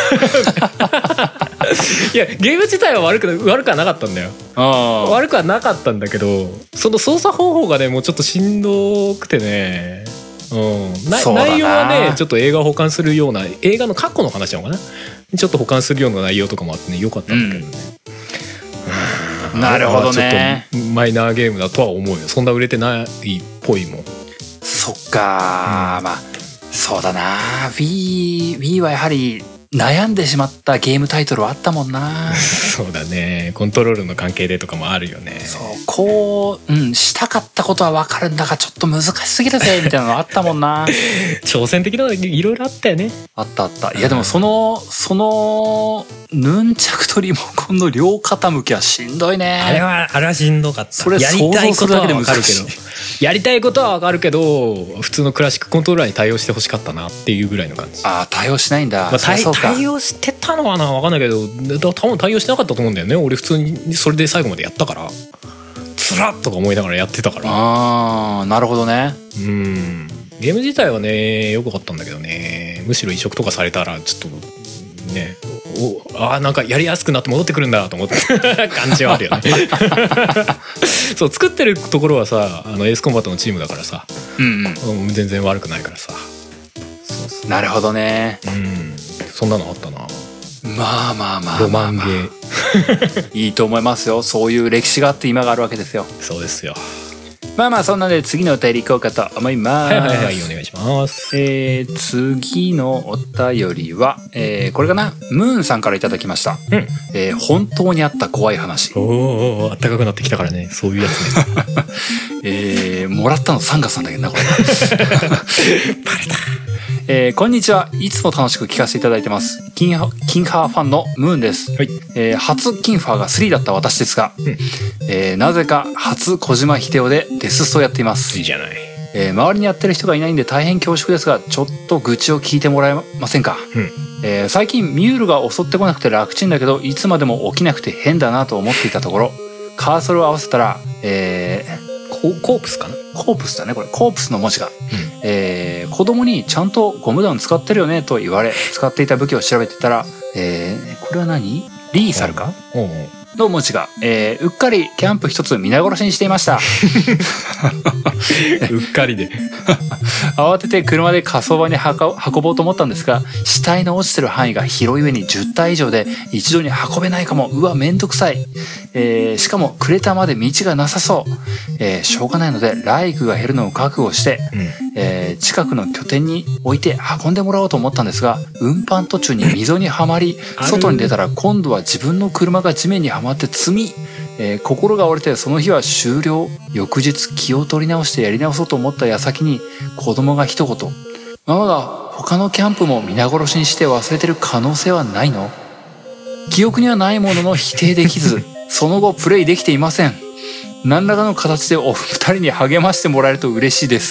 いやゲーム自体は悪くはなかったんだよ。悪くはなかったんだけどその操作方法がねもうちょっとしんどくてね、内容はねちょっと映画を補完するような映画の過去の話なのかなちょっっと補完するような内容とかもあってねよかったんだけどね、 なるほどね。 ちょっとマイナーゲームだとは思うよ。そんな売れてないっぽいもん。 そっか、まあそうだな。 Wii はやはり悩んでしまったゲームタイトルはあったもんな。 そうだね。コントロールの関係でとかもあるよね。 そうこう、したかったことは分かるんだがちょっと難しすぎるぜみたいなのあったもんな。 挑戦的なのいろいろあったよね。 あった。いやでもそのヌンチャクとリモコンの両傾きはしんどいね。 あれはしんどかった。 それ想像するだけで難しい。 やりたいことは分かるけど普通のクラシックコントローラーに対応してほしかったなっていうぐらいの感じ。 ああ対応しないんだ。 対応してたのは分かんないけど多分対応してなかったと思うんだよね。俺普通にそれで最後までやったからつらっとか思いながらやってたから。 ああなるほどね。 ゲーム自体はね良かったんだけどね。むしろ移植とかされたらちょっとねなんかやりやすくなって戻ってくるんだと思って感じはあるよね。そう作ってるところはさエースコンバットのチームだからさ、全然悪くないからさ。そうなるほどね。 そんなのあったな。 まあロマンゲーいいと思いますよ。そういう歴史があって今があるわけですよ。 そうですよ。 まあまあそんなので次のお便りいこうかと思います。 はいはいはい、お願いします。 次のお便りは、これかな、ムーンさんからいただきました。本当にあった怖い話。 おお、あったかくなってきたからね、そういうやつね。もらったのサンガさんだけどなこれ。バレた。こんにちは。いつも楽しく聞かせていただいてます。キンハーファンのムーンです。はい。初キンファーが3だった私ですが、なぜか初小島秀夫でデスストやっています。 いいじゃない。 周りにやってる人がいないんで大変恐縮ですが、ちょっと愚痴を聞いてもらえませんか。最近ミュールが襲ってこなくて楽ちんだけど、いつまでも起きなくて変だなと思っていたところ、カーソルを合わせたら、 コープスかな、 コープスだねこれ、コープスの文字が、子供にちゃんとゴム弾使ってるよねと言われ、使っていた武器を調べてたら、これは何、リーサルかの文字が、うっかりキャンプ一つ皆殺しにしていました。 うっかりで慌てて車で火葬場に運ぼうと思ったんですが、死体の落ちてる範囲が広い上に10体以上で一度に運べないかも。うわ、めんどくさい。しかもクレーターまで道がなさそう。しょうがないのでライクが減るのを覚悟して、近くの拠点に置いて運んでもらおうと思ったんですが、運搬途中に溝にはまり、外に出たら今度は自分の車が地面にはまって積み、心が折れてその日は終了。翌日気を取り直してやり直そうと思った矢先に子供が一言、ママが他のキャンプも皆殺しにして忘れてる可能性はないの？記憶にはないものの否定できず、その後プレイできていません。何らかの形でお二人に励ましてもらえると嬉しいです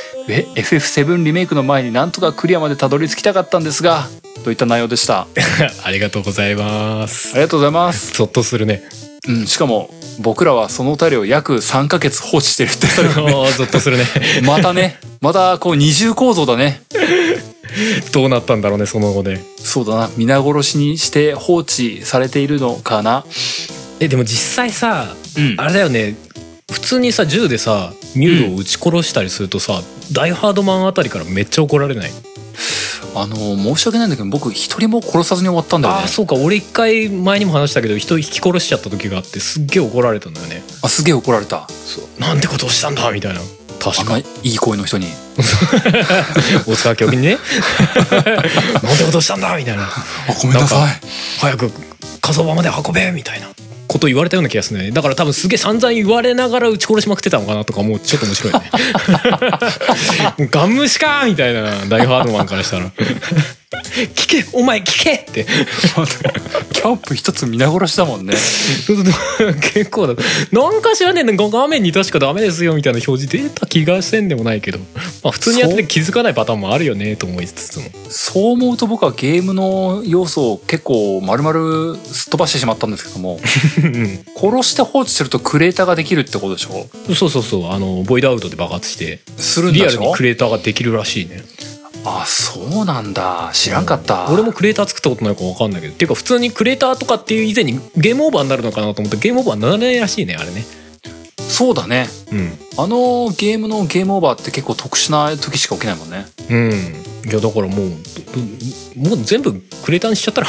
。FF7 リメイクの前になんとかクリアまでたどり着きたかったんですが、といった内容でした。 ありがとうございます。 ありがとうございます。 ゾッとするね。 しかも僕らはそのお便りを約3ヶ月放置してるって言ったらね、 ゾッとするね。 またこう二重構造だね。 どうなったんだろうね、その後ね。 そうだな、皆殺しにして放置されているのかな。 でも実際さ、あれだよね、普通にさ銃でさミュールを撃ち殺したりするとさ、ダイハードマンあたりからめっちゃ怒られない？ 申し訳ないんだけど、僕一人も殺さずに終わったんだよね。 そうか、俺一回前にも話したけど人引き殺しちゃった時があって、すっげえ怒られたんだよね。 すげえ怒られた。 そう、なんてことをしたんだみたいな。確かいい声の人に大塚教授にねなんてことしたんだみたいな。 ごめんなさい、 早く火葬場まで運べみたいなこと言われたような気がするね。だから多分すげえ散々言われながら撃ち殺しまくってたのかなとか思う。ちょっと面白いね。ガン無視かみたいな、ダイハードマンからしたら。聞けお前聞けってキャンプ一つ皆殺しだもんね。 結構だ。なんか知らねえんだ、画面に確かダメですよみたいな表示出た気がせんでもないけど、普通にやってて気づかないパターンもあるよねと思いつつも、 そう思うと僕はゲームの要素を結構丸々すっ飛ばしてしまったんですけども殺して放置するとクレーターができるってことでしょ。 そうボイドアウトで爆発してするんでしょ。 リアルにクレーターができるらしいね。 そうなんだ、知らんかった。 俺もクレーター作ったことないか分かんないけど、っていうか普通にクレーターとかっていう以前にゲームオーバーになるのかなと思ったら、ゲームオーバーにならないらしいね、あれね。 そうだね、ゲームのゲームオーバーって結構特殊な時しか起きないもんね。 いやだからもう全部クレーターにしちゃったら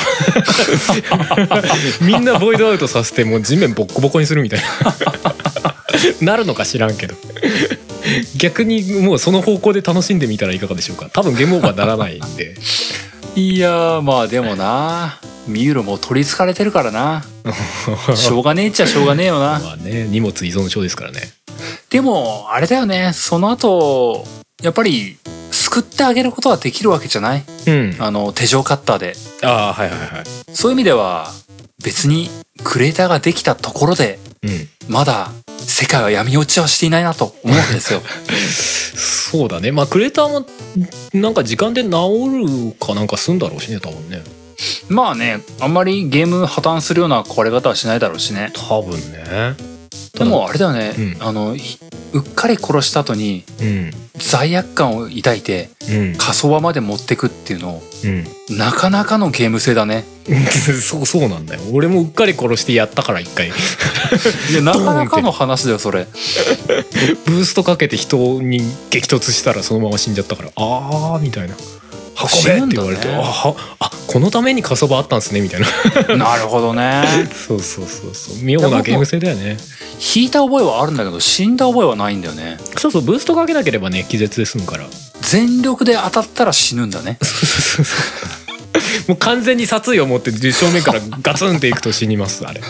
みんなボイドアウトさせてもう地面ボッコボコにするみたいななるのか知らんけど逆にもうその方向で楽しんでみたらいかがでしょうか。多分ゲームオーバーならないんで。 いやまあでもな、ミュールも取りつかれてるからな。しょうがねえっちゃしょうがねえよな。 まあね、荷物依存症ですからね。 でもあれだよね、その後やっぱり救ってあげることはできるわけじゃない、手錠カッターで。そういう意味では別にクレーターができたところで、まだ世界は闇落ちはしていないなと思うんですよ。 そうだね。クレーターもなんか時間で治るかなんかすんだろうしね、多分ね。 まあね、あんまりゲーム破綻するような壊れ方はしないだろうしね。 多分ね。 でもあれだよね、うっかり殺した後に罪悪感を抱いて火葬場まで持ってくっていうの、なかなかのゲーム性だね。 そうなんだよ。俺もうっかり殺してやったから一回。いやなかなかの話だよそれ。 ブーストかけて人に激突したらそのまま死んじゃったから、みたいな。 運べって言われて、ね、このために火葬場あったんですねみたいななるほどねそう妙なゲーム性だよね。 引いた覚えはあるんだけど死んだ覚えはないんだよね。 そうブーストかけなければね気絶で済むから。 全力で当たったら死ぬんだねもう完全に殺意を持って正面からガツンっていくと死にますあれ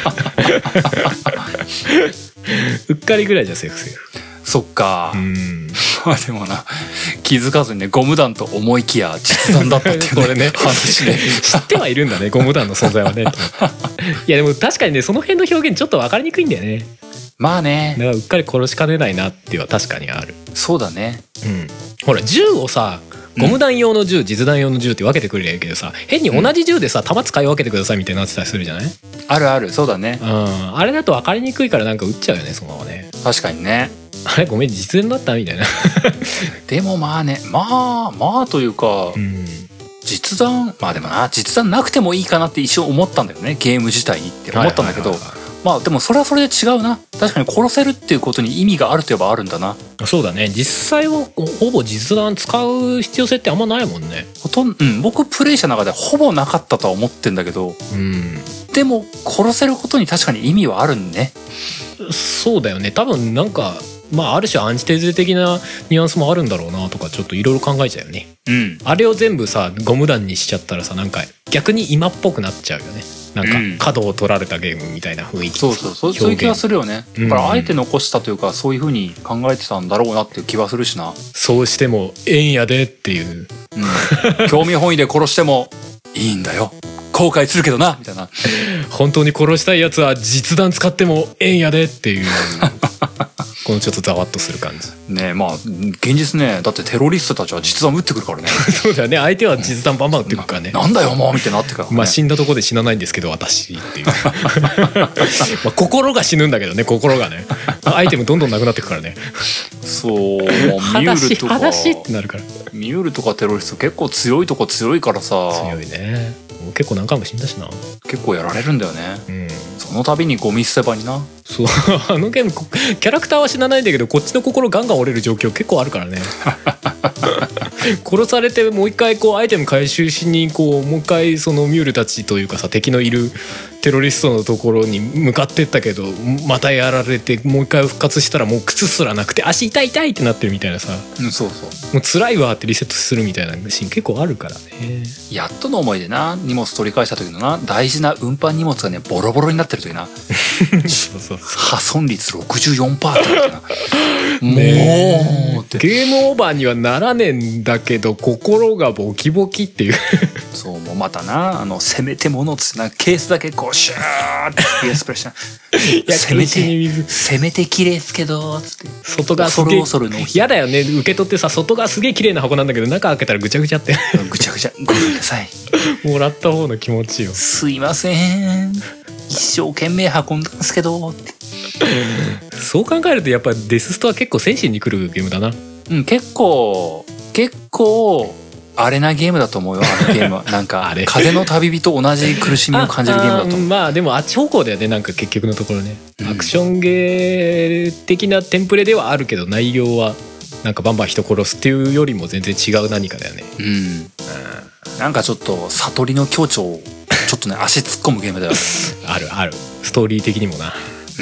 うっかりぐらいじゃセーフ。 そっか。まあでもな気づかずにねゴム弾と思いきや実弾だったっていうねこれね話ね知ってはいるんだねゴム弾の存在はねいやでも確かにねその辺の表現ちょっと分かりにくいんだよね。 まあねだからうっかり殺しかねないなっていうのは確かにある。 そうだね。 ほら銃をさゴム弾用の銃、実弾用の銃って分けてくれりゃいいけどさ変に同じ銃でさ弾使い分けてくださいみたいになってたりするじゃない。 あるそうだね。 あれだと分かりにくいからなんか撃っちゃうよねそのままね。 確かにね。 あれごめん実弾だったみたいなでもまあねまあというか、実弾まあでもな実弾なくてもいいかなって一瞬思ったんだよねゲーム自体にって思ったんだけど、まあでもそれはそれで違うな。確かに殺せるっていうことに意味があるといえばあるんだな。そうだね。実際はほぼ実弾使う必要性ってあんまないもんね。僕プレイした中でほぼなかったとは思ってんだけど、でも殺せることに確かに意味はあるんね。そうだよね。多分なんかまあある種アンチテーゼ的なニュアンスもあるんだろうなとかちょっといろいろ考えちゃうよね。あれを全部さゴム弾にしちゃったらさなんか逆に今っぽくなっちゃうよね。なんか角を取られたゲームみたいな雰囲気、そういう気がするよね。だからあえて残したというかそういう風に考えてたんだろうなっていう気はするしな。そうしてもええんやでっていう、興味本位で殺してもいいんだよ後悔するけどなみたいな本当に殺したいやつは実弾使ってもええんやでっていうこのちょっとざわっとする感じね。まあ現実ねだってテロリストたちは実弾撃ってくるからねそうだよね。相手は実弾バンバン撃ってくるからね。なんだよもうみたいになってから、ね、まあ死んだとこで死なないんですけど私っていうまあ心が死ぬんだけどね。心がねアイテムどんどんなくなってくからねそうミュールとかってなるからミュールとかテロリスト結構強いとこ強いからさ。強いね。結構何回も死んだしな。結構やられるんだよね、その度にゴミ捨て場にな。そうあのゲームキャラクターは死なないんだけどこっちの心ガンガン折れる状況結構あるからね殺されてもう一回こうアイテム回収しにこうもう一回そのミュールたちというかさ敵のいるテロリストのところに向かってったけどまたやられてもう一回復活したらもう靴すらなくて足痛い痛いってなってるみたいなさ、そうもう辛いわってリセットするみたいなシーン結構あるからね。やっとの思いでな荷物取り返した時のな大事な運搬荷物がねボロボロになってる時なそう破損率 64% ってなもうってゲームオーバーにはならねえんだけど心がボキボキっていうそうもうまたなせめてものっつってなケースだけこうシューってピアスプレッシャーせめて綺麗ですけどつって外がすげえ嫌だよね。受け取ってさ外がすげえ綺麗な箱なんだけど中開けたらぐちゃぐちゃってぐちゃぐちゃごめんなさいもらった方の気持ちよ。すいません一生懸命運んだんですけどってそう考えるとやっぱデスストは結構精神にくるゲームだな。結構あれなゲームだと思うよ。あのゲームはなんか風の旅人と同じ苦しみを感じるゲームだと思う。まあでもあっち方向だよね。なんか結局のところね、アクションゲー的なテンプレではあるけど内容はなんかバンバン人殺すっていうよりも全然違う何かだよね。なんかちょっと悟りの境地をちょっとね足突っ込むゲームだよねあるストーリー的にもな。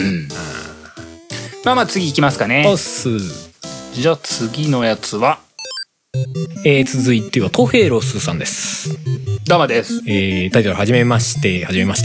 まあ次行きますかね。じゃあ次のやつは続いてはトヘロスさんです。どうもです。タイトルはじめまして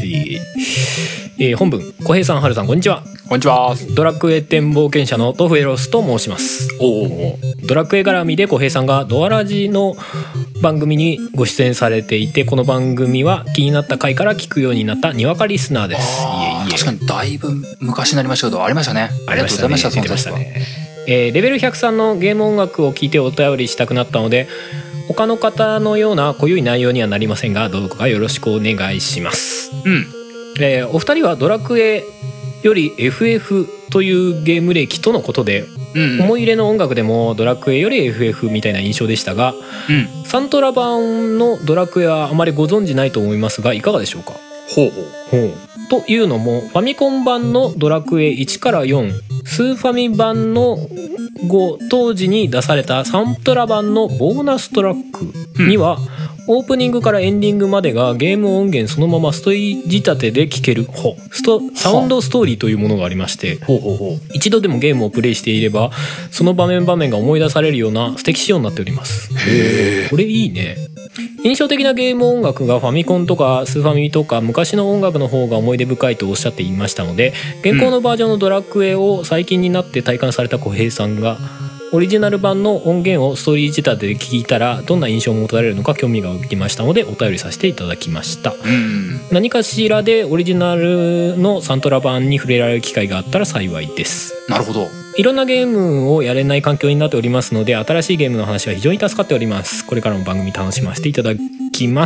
本文小平さんはるさんこんにちは。こんにちは。ドラクエ展冒険者のトフエロスと申します。ドラクエ絡みで小平さんがドアラジの番組にご出演されていてこの番組は気になった回から聞くようになったにわかリスナーです。確かにだいぶ昔になりましたけどありましたね。ありがとうございました。出てましたね。レベル103のゲーム音楽を聴いてお便りしたくなったので他の方のような濃ゆい内容にはなりませんがどうかよろしくお願いします。お二人はドラクエより FF というゲーム歴とのことで、思い入れの音楽でもドラクエより FF みたいな印象でしたが、サントラ版のドラクエはあまりご存じないと思いますがいかがでしょうか。というのもファミコン版のドラクエ1から4スーファミ版の後当時に出されたサントラ版のボーナストラックには、オープニングからエンディングまでがゲーム音源そのままストーリー仕立てで聴けるサウンドストーリーというものがありまして、一度でもゲームをプレイしていればその場面場面が思い出されるような素敵仕様になっております。これいいね。印象的なゲーム音楽がファミコンとかスーファミとか昔の音楽の方が思い出深いとおっしゃっていましたので、現行のバージョンのドラクエを最近になって体感された小平さんがオリジナル版の音源をストーリー仕立てで聞いたらどんな印象を持たれるのか興味が湧きましたのでお便りさせていただきました。何かしらでオリジナルのサントラ版に触れられる機会があったら幸いです。 なるほど。 いろんなゲームをやれない環境になっておりますので、新しいゲームの話は非常に助かっております。これからも番組楽しませていただきます。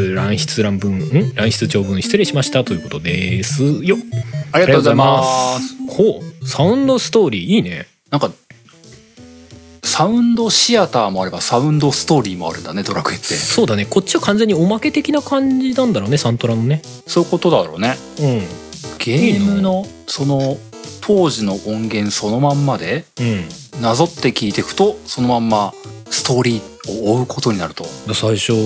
乱出長文失礼しましたということですよ。 ありがとうございます。 ほう、サウンドストーリーいいね。 なんかサウンドシアターもあればサウンドストーリーもあるんだね、ドラクエって。 そうだね、こっちは完全におまけ的な感じなんだろうね、サントラのね。 そういうことだろうね。ゲームのその当時の音源そのまんまでなぞって聞いていくとそのまんまストーリーを追うことになると。 最初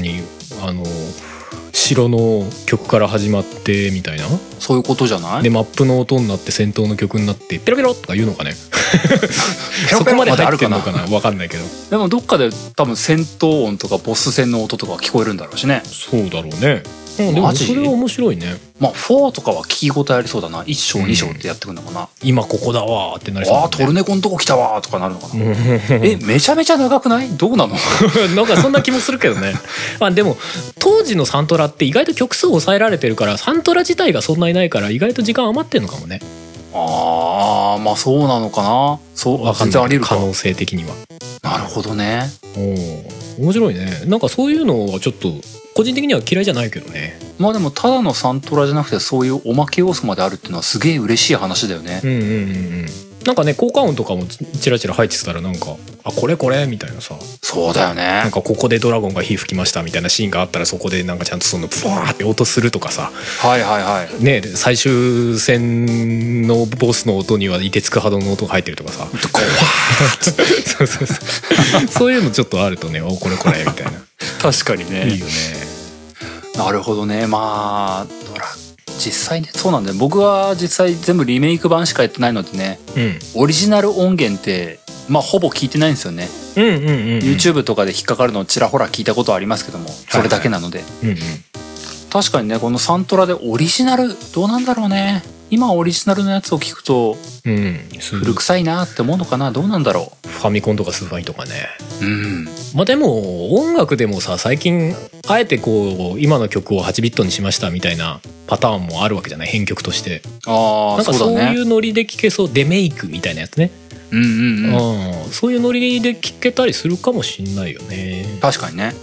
城の曲から始まってみたいな、 そういうことじゃない？ でマップの音になって戦闘の曲になってペロペロとか言うのかねペロペロまであるかな、 そこまで入ってんのかな、分かんないけど、 でもどっかで多分戦闘音とかボス戦の音とか聞こえるんだろうしね。 そうだろうね。でもそれは面白いね。 まあ4とかは聞き応えありそうだな。1章2章ってやってくるのかな、 今ここだわーってなりそうだね。 トルネコのとこ来たわーとかなるのかなめちゃめちゃ長くない？どうなのなんかそんな気もするけどねまあでも当時のサントラって意外と曲数抑えられてるからサントラ自体がそんなにないから意外と時間余ってんのかもね。 まあそうなのかな。そう全然あり得るか、 可能性的には。 なるほどね。 面白いね。なんかそういうのはちょっと個人的には嫌いじゃないけどね。 まあでもただのサントラじゃなくてそういうおまけ要素まであるっていうのはすげえ嬉しい話だよね。 なんかね効果音とかもチラチラ入ってたらなんかこれみたいなさ。 そうだよね。 なんかここでドラゴンが火吹きましたみたいなシーンがあったらそこでなんかちゃんとそのブワーって音するとかさ。ね、最終戦のボスの音には凍てつく波動の音が入ってるとかさ。そういうのちょっとあるとねこれみたいな。 確かにね。 いいよね。 なるほどね。まあ実際ね、そうなんだよ。僕は実際全部リメイク版しかやってないのでね、オリジナル音源ってまあほぼ聞いてないんですよね。YouTube とかで引っかかるのをちらほら聞いたことはありますけども、それだけなので、確かにねこのサントラでオリジナルどうなんだろうね。今オリジナルのやつを聞くと古臭いなって思うのかな。どうなんだろう。 ファミコンとかスーファミとかね。まあでも音楽でもさ最近あえてこう今の曲を8ビットにしましたみたいなパターンもあるわけじゃない、編曲として。なんかそういうノリで聴けそう。デメイクみたいなやつね。そういうノリで聴けたりするかもしんないよね。 確かにね。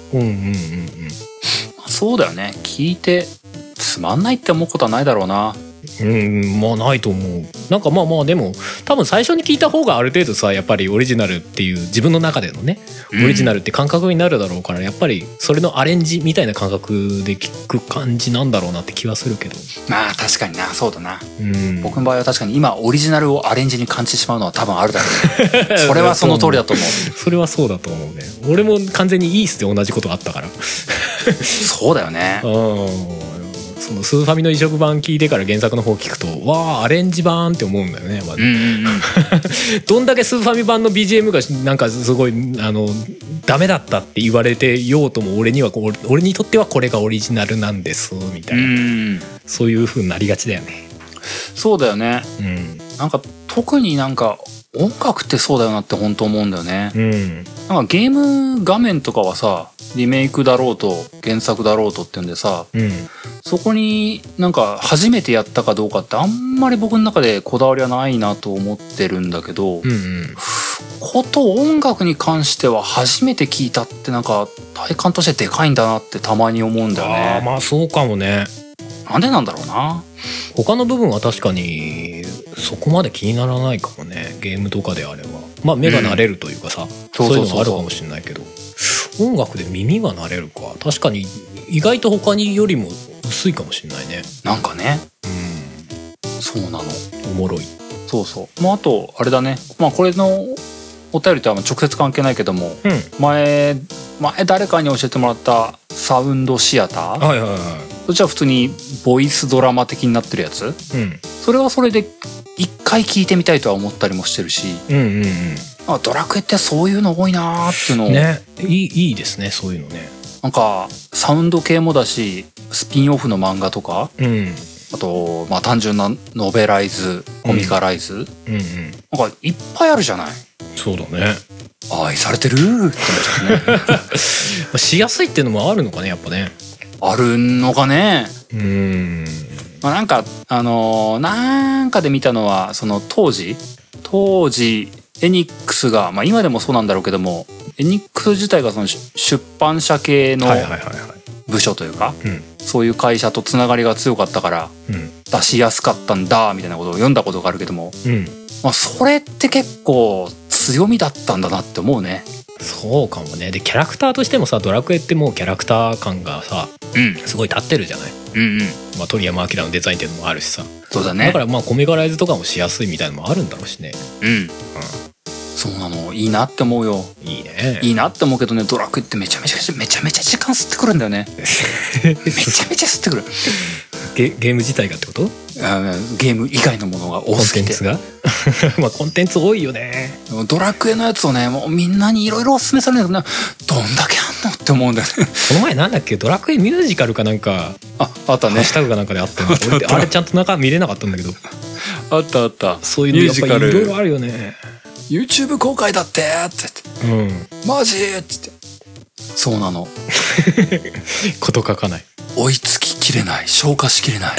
そうだよね。聞いてつまんないって思うことはないだろうな。 まあないと思う。なんかまあでも多分最初に聞いた方がある程度さやっぱりオリジナルっていう自分の中でのねオリジナルって感覚になるだろうから、やっぱりそれのアレンジみたいな感覚で聞く感じなんだろうなって気はするけど。 まあ確かにな。そうだな。僕の場合は確かに今オリジナルをアレンジに感じてしまうのは多分あるだろうねそれはその通りだと思うそれはそうだと思うね。俺も完全にイースで同じことがあったからそうだよね。 そのスーファミの移植版聞いてから原作の方聞くとわあアレンジ版って思うんだよね、まずどんだけスーファミ版の BGM がなんかすごいダメだったって言われてようとも俺にとってはこれがオリジナルなんですみたいな、そういう風になりがちだよね。 そうだよね。なんか特になんか音楽ってそうだよなって本当思うんだよね。なんかゲーム画面とかはさリメイクだろうと原作だろうとってんでさ、そこになんか初めてやったかどうかってあんまり僕の中でこだわりはないなと思ってるんだけど、こと音楽に関しては初めて聞いたってなんか体感としてでかいんだなってたまに思うんだよね。 まあそうかもね。 なんでなんだろうな。 他の部分は確かにそこまで気にならないかもね。ゲームとかであればまあ目が慣れるというかさ、そういうのがあるかもしれないけど、音楽で耳が慣れるか。確かに意外と他によりも薄いかもしれないね。 なんかね。そうなの。 おもろい。 そう。まああとあれだね。まあこれのお便りとは直接関係ないけども、 うん、 前誰かに教えてもらったサウンドシアター、 はいはいはい、 そっちは普通にボイスドラマ的になってるやつ、 うん、 それはそれで一回聞いてみたいとは思ったりもしてるし、 うんうんうん、 ドラクエってそういうの多いなーっていうのをね、いいですね、そういうのね。 なんかサウンド系もだし、スピンオフの漫画とか、 うん、 あとまあ単純なノベライズ、コミカライズ、 うんうん、 なんかいっぱいあるじゃない。 そうだね。 愛されてるって思っちゃってねしやすいっていうのもあるのかね、やっぱね。 あるのかね。まあ、なんかなんかで見たのは、その当時エニックスが、まあ今でもそうなんだろうけども、エニックス自体がその出版社系の部署というか、そういう会社とつながりが強かったから、出しやすかったんだみたいなことを読んだことがあるけども、まあそれって結構強みだったんだなって思うね。 そうかもね。でキャラクターとしてもさ、ドラクエってもうキャラクター感がさ、すごい立ってるじゃない。まあ、鳥山明のデザインっていうのもあるしさ。 そうだね。 だからまあコミカライズとかもしやすいみたいなのもあるんだろうしね。 そうなの、いいなって思うよ。 いいね。 いいなって思うけどね、ドラクエってめちゃめちゃ時間吸ってくるんだよねめちゃめちゃ吸ってくるゲーム自体がってこと？ ゲーム以外のものが多すぎて。 コンテンツがまあコンテンツ多いよね。 ドラクエのやつをね、もうみんなにいろいろおすすめされるんだけどね、どんだけあんのって思うんだよねこの前なんだっけ、ドラクエミュージカルかなんか、 あったね、 ハッシュタグかなんかであったのあれちゃんと中見れなかったんだけどあったそういうのやっぱりいろいろあるよね。 YouTube 公開だってって言って、マジって言って、そうなのこと書かない、 追いつききれない、消化しきれない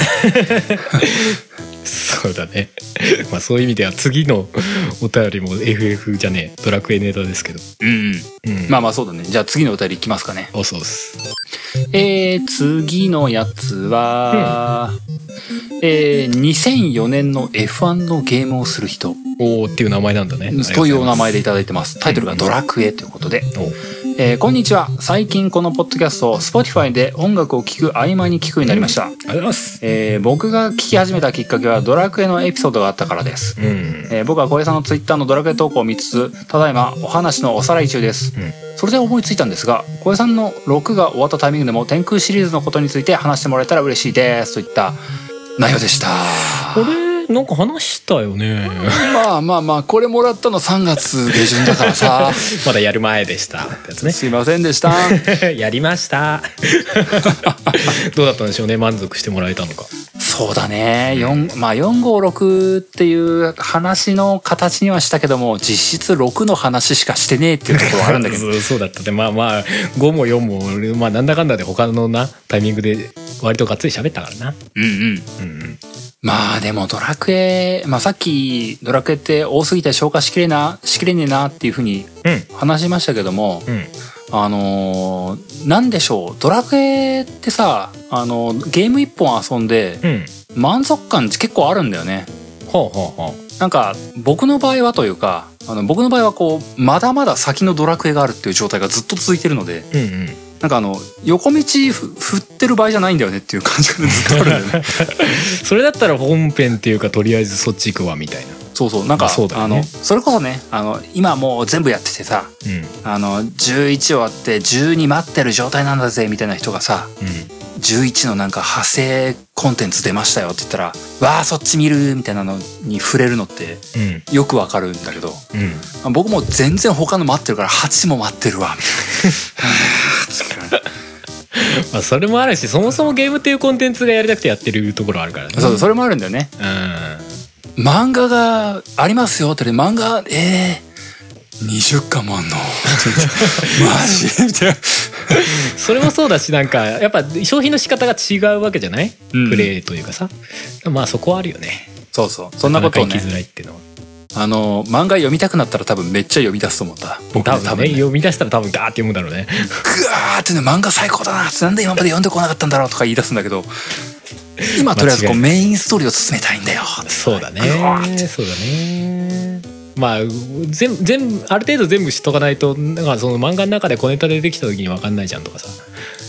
そうだねまあそういう意味では次のお便りも FF じゃねえドラクエネタですけど、 まあまあそうだね。じゃあ次のお便りいきますかね。 そうです。 次のやつは、2004年の F1 のゲームをする人っていう名前なんだね。 というお名前でいただいてます。タイトルがドラクエということで、こんにちは。最近このポッドキャストを Spotify で音楽を聴く合間に聞くようになりました。 ありがとうございます。 僕が聞き始めたきっかけはドラクエのエピソードがあったからです。僕は小江さんの Twitter のドラクエ投稿を見つつ、ただいまお話のおさらい中です。それで思いついたんですが、小江さんの6が終わったタイミングでも天空シリーズのことについて話してもらえたら嬉しいですといった内容でした。 これなんか話したよね。 まあこれもらったの3月下旬だからさまだやる前でしたってやつね。 すいませんでしたやりましたどうだったんでしょうね。満足してもらえたのか。 そうだね、456っていう話の形にはしたけども、実質6の話しかしてねえっていうところはあるんだけどそうだったね。まあ5も4もまあなんだかんだで他のなタイミングで割とがっつり喋ったからな。まあでもドラクエ、さっきドラクエって多すぎて消化しきれねえなっていうふうに話しましたけども、なんでしょう、ドラクエってさ、ゲーム一本遊んで満足感結構あるんだよね。なんか僕の場合はというか、僕の場合はこうまだまだ先のドラクエがあるっていう状態がずっと続いてるので、なんか横道振ってる場合じゃないんだよねっていう感じがずっとあるんだよねそれだったら本編っていうかとりあえずそっち行くわみたいな。 そうなんか、それこそね、今もう全部やっててさ、11終わって12待ってる状態なんだぜみたいな人がさ、11のなんか派生コンテンツ出ましたよって言ったら、わあそっち見るみたいなのに触れるのってよくわかるんだけど、僕も全然他の待ってるから8も待ってるわみたいなそれもあるし、そもそもゲームっていうコンテンツがやりたくてやってるところあるからね。 そう、それもあるんだよね。漫画がありますよって、漫画20巻もあんのマジみたいなそれもそうだし、なんかやっぱ消費の仕方が違うわけじゃない、プレイというかさ。まあそこはあるよね。 そうそんなことをね、 生きづらいっていうのは。 漫画読みたくなったら多分めっちゃ読み出すと思った。僕多分ね、読み出したら多分ガーって読むだろうね。 グワーってね、漫画最高だなって、なんで今まで読んでこなかったんだろうとか言い出すんだけど、今とりあえずこうメインストーリーを進めたいんだよ。 そうだね。まあ全部ある程度全部知っとかないと、なんかその漫画の中で小ネタでできた時に分かんないじゃんとかさ、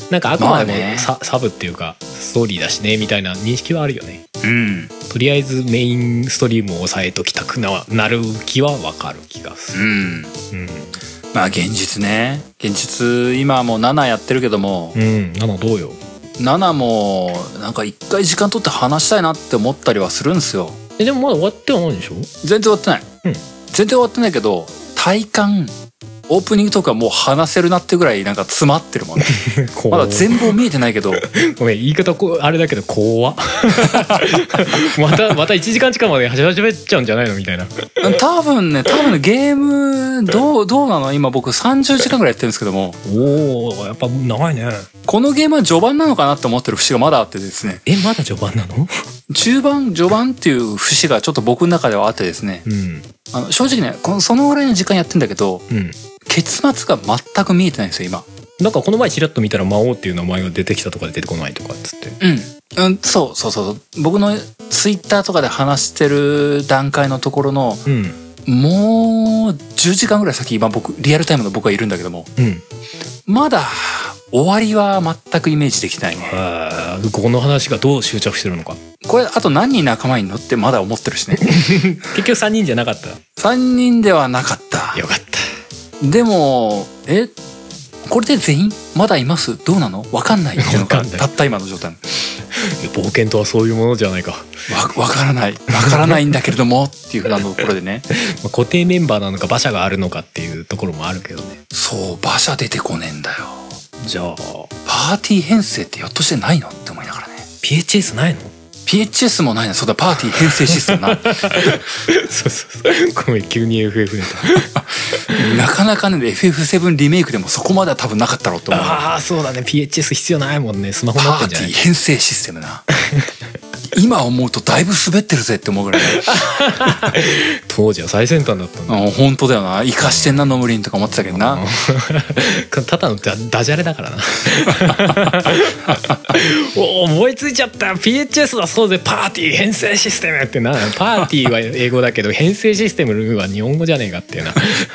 なんかあくまでもサブっていうかストーリーだしねみたいな認識はあるよね。とりあえずメインストリームを抑えときたくなる気は分かる気がする。 まあ現実ね、現実今もう7やってるけども、 7どうよ。 7もなんか一回時間取って話したいなって思ったりはするんですよ。 でもまだ終わってはないでしょ。 全然終わってない、全然終わってないけど、体感オープニングとかもう話せるなってぐらいなんか詰まってるもんねまだ全貌見えてないけどごめん言い方あれだけど怖っまた1時間近くまで喋っちゃうんじゃないのみたいな。 多分ねゲームどうなの、今僕30時間ぐらいやってるんですけども。 やっぱ長いね。 このゲームは序盤なのかなって思ってる節がまだあってですね。 まだ序盤なの？ 序盤っていう節がちょっと僕の中ではあってですね、正直ねそのぐらいの時間やってんだけど、結末が全く見えてないんですよ今。 なんかこの前チラッと見たら魔王っていう名前が出てきたとかで出てこないとかっつって。 そう僕のツイッターとかで話してる段階のところの、もう10時間ぐらい先、今僕リアルタイムの僕はいるんだけども、まだ終わりは全くイメージできないね。 この話がどう執着してるのか。 これあと何人仲間いんのってまだ思ってるしね結局3人じゃなかった。 3人ではなかった。 よかった。 でもこれで全員まだいます？どうなの？分かんないっていうのがたった今の状態。 冒険とはそういうものじゃないか。 分からないんだけれどもっていうふうなところでね固定メンバーなのか馬車があるのかっていうところもあるけどね。 そう馬車出てこねえんだよ。 じゃあパーティー編成ってひょっとしてないのって思いながらね。 PHS ないの？ PHS もないな。そうだ、パーティー編成システムなそうごめん急に FF ネタなかなかね FF7 リメイクでもそこまでは多分なかったろうと思う。 そうだね PHS 必要ないもんね。スマホ持ってんじゃない？ パーティー編成システムな今思うとだいぶ滑ってるぜって思うぐらい当時は最先端だったんだ。 本当だよな。生かしてんなノムリンとか思ってたけどなただのダジャレだからな思いついちゃった PHS だそうでパーティー編成システムってな。パーティーは英語だけど編成システムは日本語じゃねえかっていうな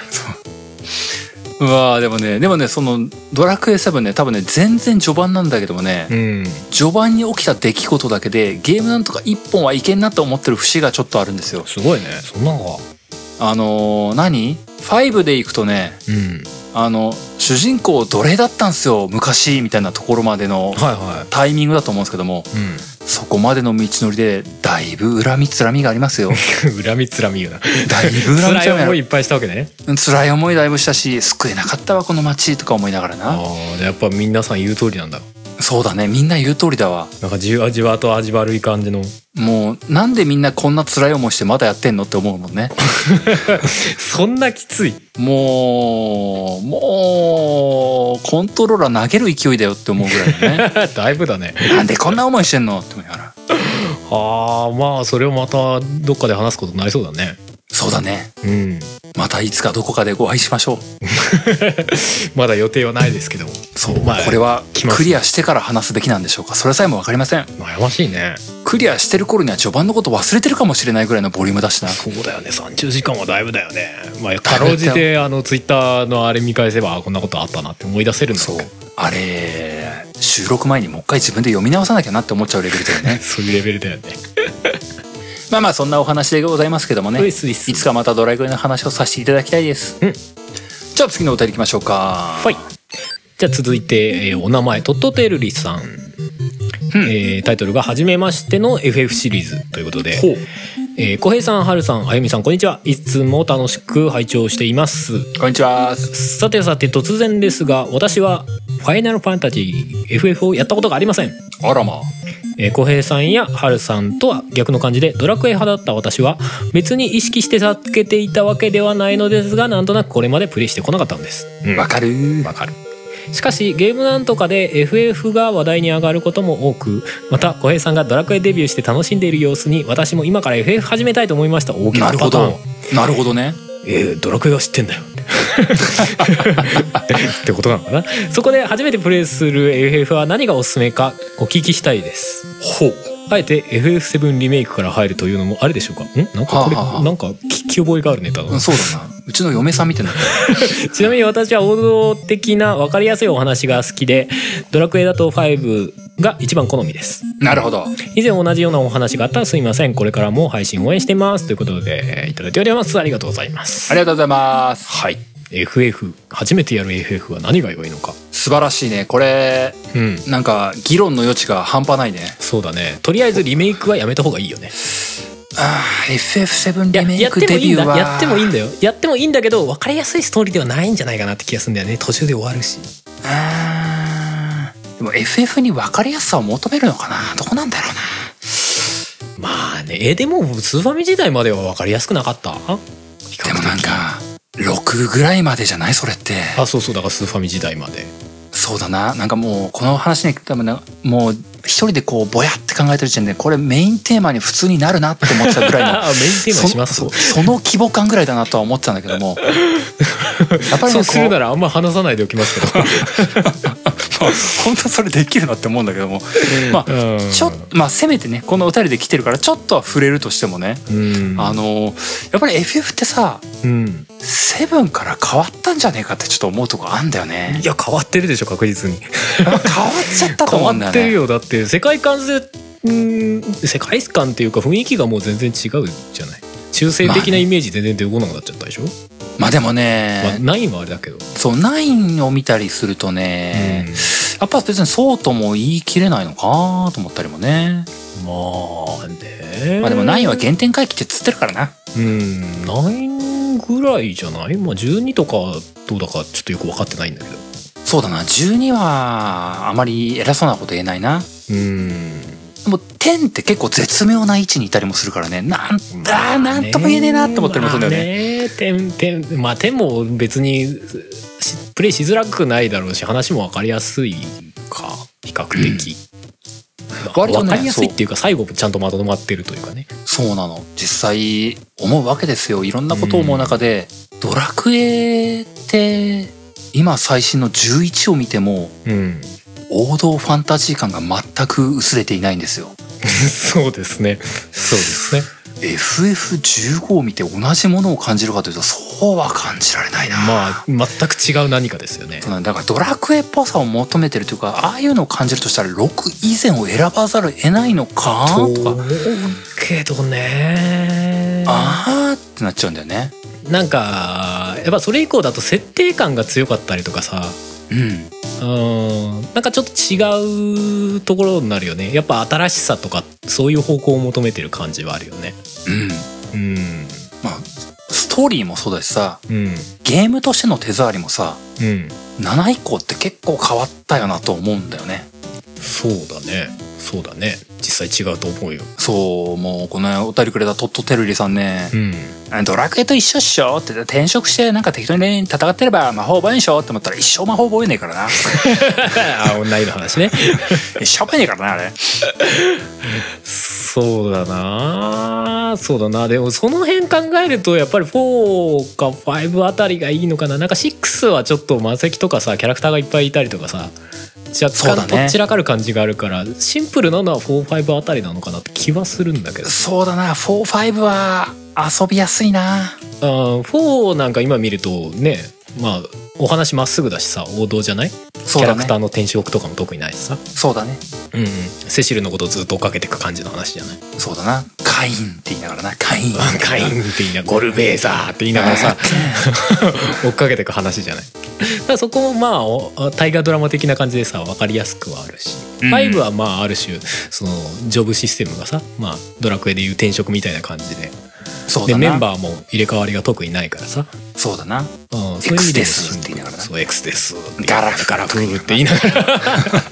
うわでもねそのドラクエ7ね多分ね全然序盤なんだけどもね、序盤に起きた出来事だけでゲームなんとか1本はいけんなと思ってる節がちょっとあるんですよ。 すごいねそんなのが。 何 ?5 でいくとね、主人公奴隷だったんすよ昔みたいなところまでのタイミングだと思うんですけども、そこまでの道のりでだいぶ恨みつらみがありますよ恨みつらみよな。 だいぶ恨みつらみ辛い思いいっぱいしたわけね。 辛い思いだいぶしたし救えなかったわこの街とか思いながらな。 やっぱ皆さん言う通りなんだ。 そうだねみんな言う通りだわ。 なんかじわじわと味悪い感じの。 もうなんでみんなこんな辛い思いしてまだやってんのって思うもんねそんなきつい。 もうコントローラー投げる勢いだよって思うぐらいねだいぶだね。 なんでこんな思いしてんのって思いながらまあそれをまたどっかで話すことになりそうだね。 そうだね。またいつかどこかでお会いしましょうまだ予定はないですけども。 そう、これはクリアしてから話すべきなんでしょうか。それさえも分かりません。 悩ましいね。 クリアしてる頃には序盤のこと忘れてるかもしれないぐらいのボリュームだしな。 そうだよね30時間はだいぶだよね。かろうじてツイッターのあれ見返せばこんなことあったなって思い出せるんだ。そうあれ収録前にもう一回自分で読み直さなきゃなって思っちゃうレベルだよねそういうレベルだよねまあそんなお話でございますけどもね、いつかまたドラクエの話をさせていただきたいです。じゃあ次のお便りいきましょうか。 はい。じゃあ続いて、お名前トットテールリさん、タイトルが初めましての FF シリーズということで、小平さん、はるさん、あゆみさん、こんにちは。いつも楽しく拝聴しています。 こんにちは。 さて突然ですが、私はファイナルファンタジー FF をやったことがありません。 あらまあ。 小平さんや春さんとは逆の感じでドラクエ派だった私は別に意識して避けていたわけではないのですが、なんとなくこれまでプレイしてこなかったんです。 わかる。 しかしゲームなんとかで FF が話題に上がることも多く、また小平さんがドラクエデビューして楽しんでいる様子に私も今から FF 始めたいと思いました。大きなパターン。なるほどね。ドラクエは知ってんだよってことなのかな。そこで初めてプレイする FF は何がおすすめかお聞きしたいです。あえて FF7 リメイクから入るというのもあれでしょうか。なんかこれなんか聞き覚えがあるネタだ。 そうだな、うちの嫁さんみたいなちなみに私は王道的な分かりやすいお話が好きで、ドラクエだと5が一番好みです。 なるほど。 以前同じようなお話があったらすみません。これからも配信応援していますということでいただいております。ありがとうございます。 ありがとうございます。 はい。FF 初めてやる FF は何が良いのか。 素晴らしいねこれ、なんか議論の余地が半端ないね。 そうだね。とりあえずリメイクはやめた方がいいよね。 FF7 リメイクデビューはやってもいいんだよ。やってもいいんだけど分かりやすいストーリーではないんじゃないかなって気がするんだよね。途中で終わるし。 でも FF に分かりやすさを求めるのかな。どうなんだろうな。まあね。でもスーファミ時代までは分かりやすくなかった？ でもなんか6ぐらいまでじゃないそれって。 そうだからスーファミ時代まで。 そうだな。なんかもうこの話ね、多分もう一人でこうぼやって考えてる時点でこれメインテーマに普通になるなって思ってたぐらいのメインテーマにします。 その規模感ぐらいだなとは思ってたんだけどもやっぱりそうするならあんま話さないでおきますけど本当それできるなって思うんだけども、せめてねこのお便りで来てるからちょっとは触れるとしてもね、やっぱり FF ってさ、7から変わったんじゃねえかってちょっと思うとこあんだよね。 いや変わってるでしょ確実に。 変わっちゃったと思うんだよね。 変わってるよ。だって世界観っていうか雰囲気がもう全然違うじゃない。中性的なイメージ全然出てこなくなっちゃったでしょ。 まあでもね、 9はあれだけど、そう 9を見たりするとね、やっぱ別にそうとも言い切れないのかなと思ったりもね。 まあね。 まあでも9は原点回帰ってつってるからな。 9ぐらいじゃない。まあ12とかどうだかちょっとよく分かってないんだけど。 そうだな、12はあまり偉そうなこと言えないな。でも10って結構絶妙な位置にいたりもするからね。なんとも言えねえなって思ったりもするんだよね。 10も別にプレイしづらくないだろうし、話も分かりやすいか比較的。割とね、分かりやすいっていうか最後ちゃんとまとまってるというかね。 そうなの。実際思うわけですよ。いろんなことを思う中で、ドラクエって今最新の11を見ても、王道ファンタジー感が全く薄れていないんですよ。 そうですね。そうですね。 FF15 を見て同じものを感じるかというとそうは感じられないな。 まあ全く違う何かですよね。 だからドラクエっぽさを求めてるというか、ああいうのを感じるとしたら6以前を選ばざるを得ないのかとか。 けどね、 ってなっちゃうんだよね。 なんかやっぱそれ以降だと設定感が強かったりとかさ、なんかちょっと違うところになるよね。やっぱ新しさとかそういう方向を求めてる感じはあるよね。 まあストーリーもそうだしさ、ゲームとしての手触りもさ、7以降って結構変わったよなと思うんだよね。 そうだね実際違うと思うよ。 そう、もうこのお便りくれたトットテルリさんね、ドラクエと一緒っしょって転職してなんか適当に戦ってれば魔法覚えんしょって思ったら一生魔法覚えねえからな。 オンラインの話ね。 一生覚えねえからなあれ。 そうだな。でもその辺考えるとやっぱり4か5あたりがいいのかな。なんか6はちょっと魔石とかさキャラクターがいっぱいいたりとかさ、若干とっちらかる感じがあるから、シンプルなのは4、5あたりなのかなって気はするんだけど。そうだな、 4、5は遊びやすいな。 4なんか今見るとね、まあお話まっすぐだしさ、王道じゃない？キャラクターの転職とかも特にないしさ。 そうだね。 セシルのことをずっと追っかけていく感じの話じゃない？そうだな。カインって言いながらな、カインって言いながら、ゴルベーザーって言いながらさ追っかけていく話じゃない？だからそこもまあ大河ドラマ的な感じでさ分かりやすくはあるし、5はまあある種そのジョブシステムがさ、まあドラクエでいう転職みたいな感じで。 そうだな。 でメンバーも入れ替わりが特にないからさ。 そうだな。 そういう意味で X ですって言いながらな。 そう X ですガラフーって言いながら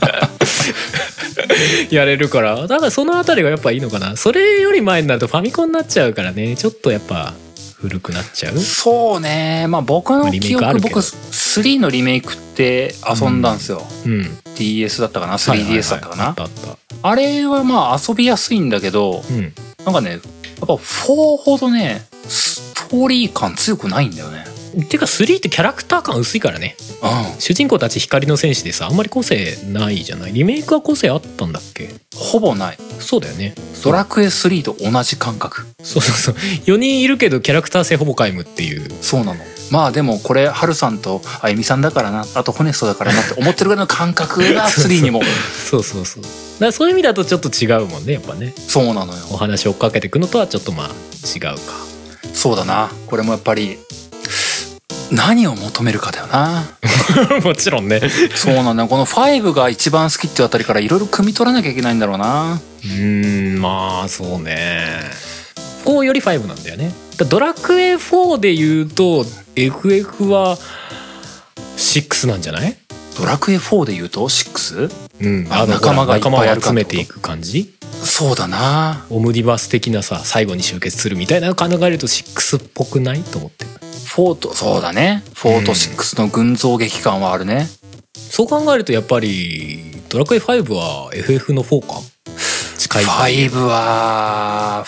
やれるから、だからそのあたりがやっぱいいのかな。それより前になるとファミコンになっちゃうからね、ちょっとやっぱ古くなっちゃう。 そうね。まあ僕の記憶、僕3のリメイクって遊んだんですよ。DS だったかな、3DS だったかな。あれはまあ遊びやすいんだけど、なんかね、やっぱ4ほどねストーリー感強くないんだよね。 てか3ってキャラクター感薄いからね。主人公たち光の戦士でさ、あんまり個性ないじゃない。リメイクは個性あったんだっけ？ ほぼない。 そうだよね。 ドラクエ3と同じ感覚。 そう4人いるけどキャラクター性ほぼ皆無っていう。 そうなの。まあでもこれハルさんとあゆみさんだからな、あとホネストだからなって思ってるぐらいの感覚が3にもそうだからそういう意味だとちょっと違うもんね、やっぱね。 そうなのよ。 お話を追っかけていくのとはちょっとまあ違うか。 そうだな。これもやっぱり何を求めるかだよなもちろんね。 そうなんだよ。この5が一番好きっていうあたりからいろいろ汲み取らなきゃいけないんだろうな。 まあそうね。4より5なんだよね。ドラクエ4で言うと FF は6なんじゃない？ ドラクエ4で言うと 6？ 仲間がいっぱい集めていく感じ。 そうだな。 オムニバス的なさ、最後に集結するみたいなの考えると6っぽくないと思って。 4と、そうだね。4と6の群像劇感はあるね。 そう考えるとやっぱりドラクエ5は FF の4か。近い。 5は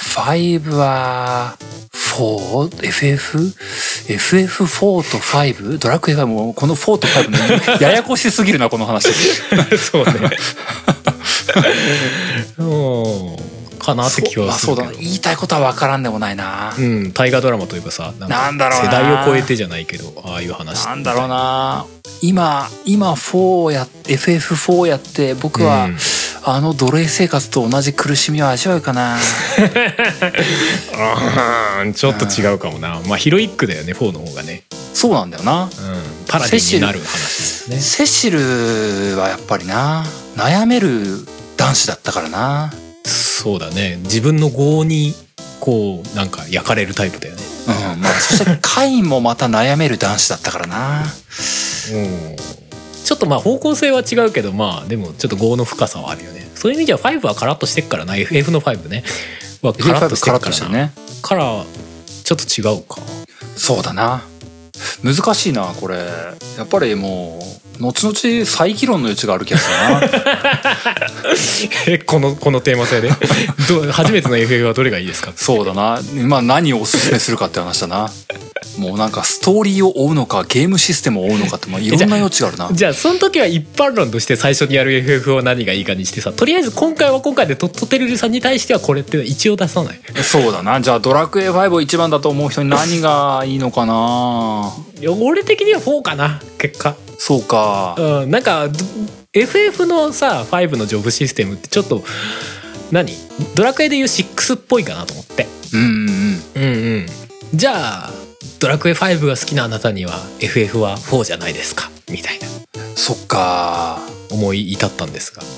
FF4 と5？ ドラクエ5もこの4と5ねややこしすぎるなこの話。 そうね。かなって気はするけど。 そうだ、言いたいことは分からんでもないな。 大河ドラマというかさ、 なんだろうな、 世代を超えてじゃないけど、ああいう話なんだろうな。今4や FF4 やって僕は、奴隷生活と同じ苦しみを味わうかな。 ちょっと違うかもな。まあヒロイックだよね、4の方がね。 そうなんだよな。 パラディンになる話ですね。 セシルはやっぱりな、悩める男子だったからな。 そうだね。自分の業にこうなんか焼かれるタイプだよね。 まあそしてカインもまた悩める男子だったからな。 ちょっとまあ方向性は違うけど、まあでもちょっと業の深さはあるよね。そういう意味では5はカラッとしてっからな。FF の5ねはカラッとしてっからな。ね、からちょっと違うか。そうだな。難しいなこれ。やっぱりもう後々再議論の余地がある気がするな。 このテーマ性で初めての FF はどれがいいですか？ そうだな。まあ何をおすすめするかって話だな。もうなんかストーリーを追うのかゲームシステムを追うのかって、まあいろんな余地があるな。 じゃあその時は一般論として最初にやる FF は何がいいかにしてさ、とりあえず今回は今回でトットテルルさんに対してはこれって一応出さない？そうだな。じゃあドラクエ5を一番だと思う人に何がいいのかな。 いや俺的には4かな結果。 そうか。 なんか FF のさ5のジョブシステムってちょっとドラクエでいう6っぽいかなと思って。じゃあドラクエ5が好きなあなたには FF は4じゃないですかみたいな。 そっか。 思い至ったんですが。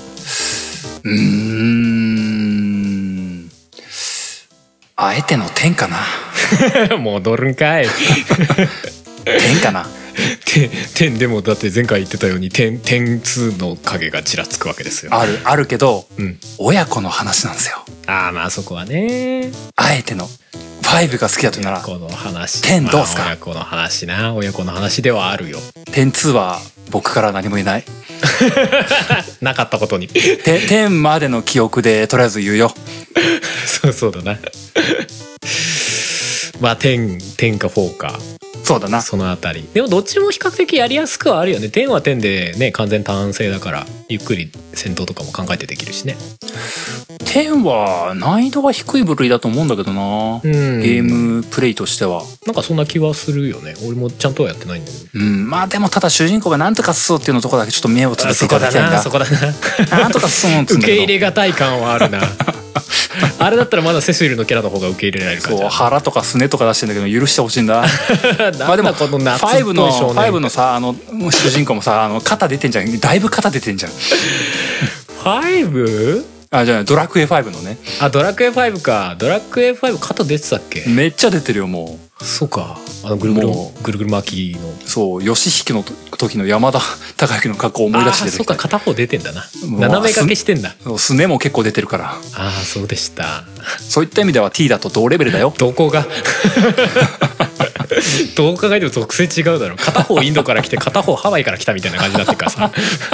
あえての10かな。 戻るんかい。 10かな。 10でもだって前回言ってたように10の影がちらつくわけですよ。 あるけど、親子の話なんですよ。 まあそこはね。 あえての5が好きだとなら親子の話。 10どうすか？ 親子の話な。親子の話ではあるよ。 10-2は僕から何も言えない。 なかったことに。 10までの記憶でとりあえず言うよ。 そうだな。まあ10か4か。 そうだな。 そのあたりでもどっちも比較的やりやすくはあるよね。10は10でね完全単性だからゆっくり戦闘とかも考えてできるしね。 10は難易度が低い部類だと思うんだけどな。ゲームプレイとしてはなんかそんな気はするよね。俺もちゃんとはやってないんだけど。 まあでもただ主人公がなんとか進むっていうのとこだけちょっと目をつぶっていただきたいんだ。 そこだな。 なんとか進むん受け入れがたい感はあるな。あれだったらまだセシルのキャラの方が受け入れられるから。そう腹とかすねとか出してんだけど許してほしいんだ。まあでも5のさ主人公もさ肩出てんじゃん。だいぶ肩出てんじゃん。5？じゃあドラクエ5のね。ドラクエ5か。ドラクエ5肩出てたっけ？めっちゃ出てるよもう。そうか。ぐるぐる巻きの。そう義引の時の山田孝之の格好を思い出してる。そうか片方出てんだな。斜め掛けしてんだ。すねも結構出てるから。そうでした。そういった意味では T だと同レベルだよ。どこが？どう考えても属性違うだろ。片方インドから来て片方ハワイから来たみたいな感じになってるからさ。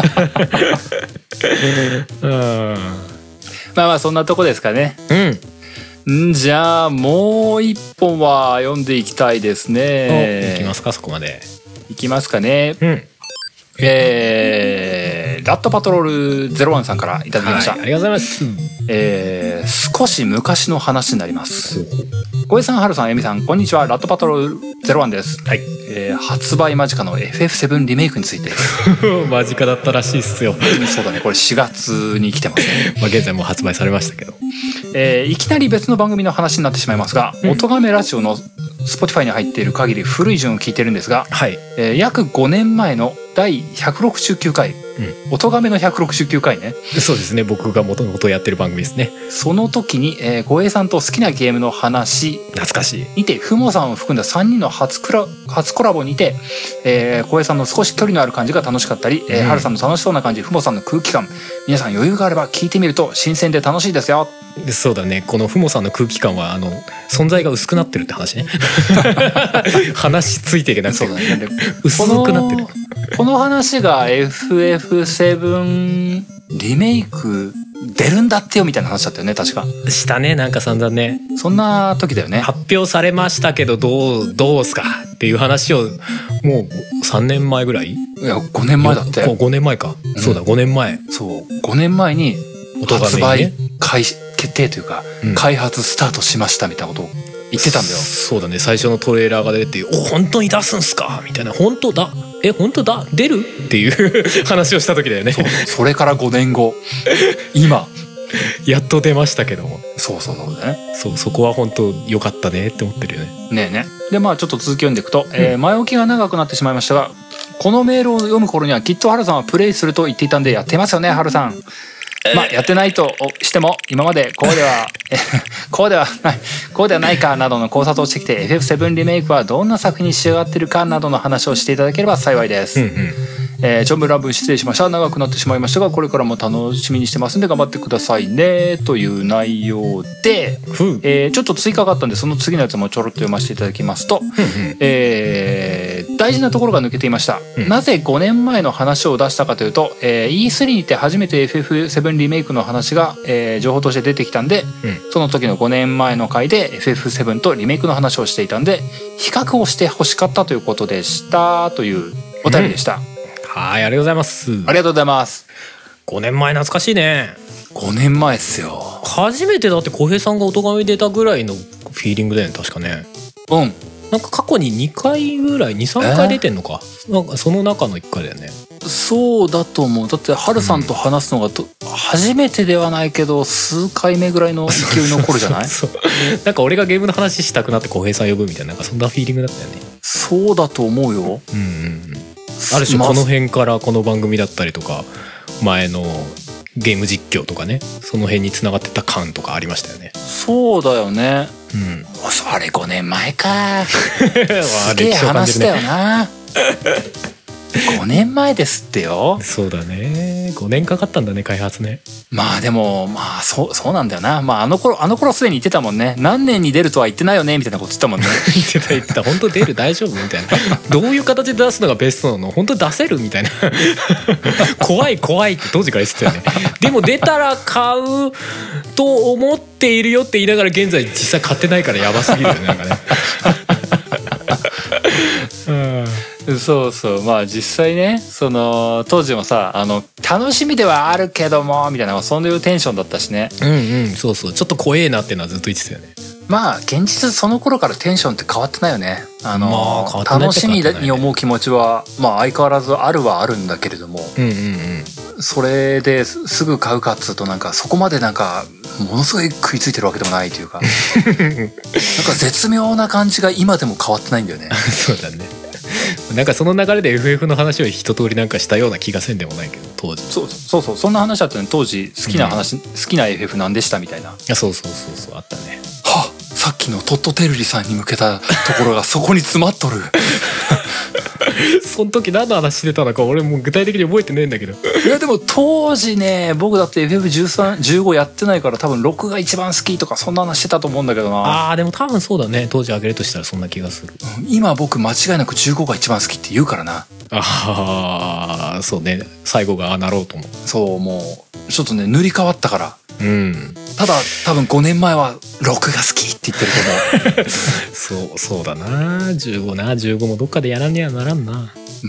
まあそんなとこですかね。じゃあもう一本は読んでいきたいですね。いきますか？そこまでいきますかね。ラットパトロール01さんからいただきました。ありがとうございます。 少し昔の話になります。小江さん、はるさん、えみさん、こんにちは。ラットパトロール01です。 はい。 発売間近の FF7 リメイクについて。 間近だったらしいっすよ。 そうだね、これ4月に来てますね。 まあ現在もう発売されましたけど。 いきなり別の番組の話になってしまいますが、音亀ラジオの Spotify に入っている限り古い順を聞いてるんですが、 はい、 約5年前の第169回、音亀の169回ね。 そうですね、僕が元々やってる番組ですね。 その時に小江さんと好きなゲームの話、 懐かしいにてふもさんを含んだ3人の初コラボにて、小江さんの少し距離のある感じが楽しかったり、はるさんの楽しそうな感じ、ふもさんの空気感、皆さん余裕があれば聞いてみると新鮮で楽しいですよ。 そうだね、このふもさんの空気感は存在が薄くなってるって話ね。話ついていけなくて、そうだね、薄くなってる。 この話が FF7 リメイク出るんだってよみたいな話だったよね、確か。 したね、なんか散々ね。 そんな時だよね。 発表されましたけどどうすかっていう話をもう3年前ぐらい？いや5年前だって。 5年前か、そうだ5年前。 そう5年前に発売決定というか、開発スタートしましたみたいなことを言ってたんだよ。 そうだね、最初のトレーラーが出て「お本当に出すんすか?」みたいな「本当だ本当だ出る?」っていう話をした時だよね。 それから5年後今やっと出ましたけども。 そうだね。 そこは本当良かったねって思ってるよね。 ね。でまあちょっと続き読んでいくと、前置きが長くなってしまいましたが、このメールを読む頃にはきっとはるさんはプレイすると言っていたんで、やってますよね、はるさん。まあやってないとしても今までこうではないかなどの考察をしてきて、 FF7 リメイクはどんな作品に仕上がってるかなどの話をしていただければ幸いです。長文乱文失礼しました。長くなってしまいましたが、これからも楽しみにしてますんで頑張ってくださいねという内容で、ちょっと追加があったんでその次のやつもちょろっと読ませていただきますと、大事なところが抜けていました。なぜ5年前の話を出したかというと、E3 にて初めて FF7 リメイクの話が、情報として出てきたんで、その時の5年前の回で FF7 とリメイクの話をしていたんで、比較をしてほしかったということでしたというお便りでした。 はい、ありがとうございます。 ありがとうございます。 5年前懐かしいね。 5年前っすよ。 初めてだって小平さんが音亀に出たぐらいのフィーリングだよね、確かね。なんか過去に2回ぐらい 2,3 回出てんのか、なんかその中の1回だよね。 そうだと思う。だってハルさんと話すのが初めてではないけど数回目ぐらいの勢いの頃じゃない？ そうなんか俺がゲームの話したくなって小平さん呼ぶみたいな、なんかそんなフィーリングだったよね。 そうだと思うよ。 ある種この辺からこの番組だったりとか前のゲーム実況とかね、その辺に繋がってた感とかありましたよね。 そうだよね。それ5年前か。すげえ話だよな。5年前ですってよ。 そうだね、5年かかったんだね、開発ね。 まあでもまあそうなんだよな。まああの頃すでに言ってたもんね。何年に出るとは言ってないよねみたいなこと言ったもんね。 言ってた本当出る大丈夫みたいな。どういう形で出すのがベストなの、本当出せるみたいな。怖いって当時から言ってたよね。でも出たら買うと思っているよって言いながら現在実際買ってないからやばすぎるよね、なんかね。そうまあ実際ね、その当時もさ、楽しみではあるけどもみたいな、そういうテンションだったしね。そうちょっと怖えなっていうのはずっと言ってたよね。まあ現実その頃からテンションって変わってないよね。楽しみに思う気持ちはまあ相変わらずあるはあるんだけれども、それですぐ買うかっつうと、なんかそこまでなんかものすごい食いついてるわけでもないというか、なんか絶妙な感じが今でも変わってないんだよね。そうだね。なんかその流れで FF の話を一通りなんかしたような気がせんでもないけど、当時。そうそんな話だったね。当時好きな FF なんでしたみたいな。そうあったね。はっ、さっきのトットテルリさんに向けたところがそこに詰まっとる。その時何の話してたのか俺もう具体的に覚えてねえんだけど。いやでも当時ね、僕だって FF13、15やってないから多分6が一番好きとかそんな話してたと思うんだけどな。でも多分そうだね、当時挙げるとしたらそんな気がする。今僕間違いなく15が一番好きって言うからな。そうね、最後がなろうと思う。そう、もうちょっとね塗り替わったから。ただ多分5年前は6が好きって言ってると思う。そうだな。15もどっかでやらんにはならんな。ま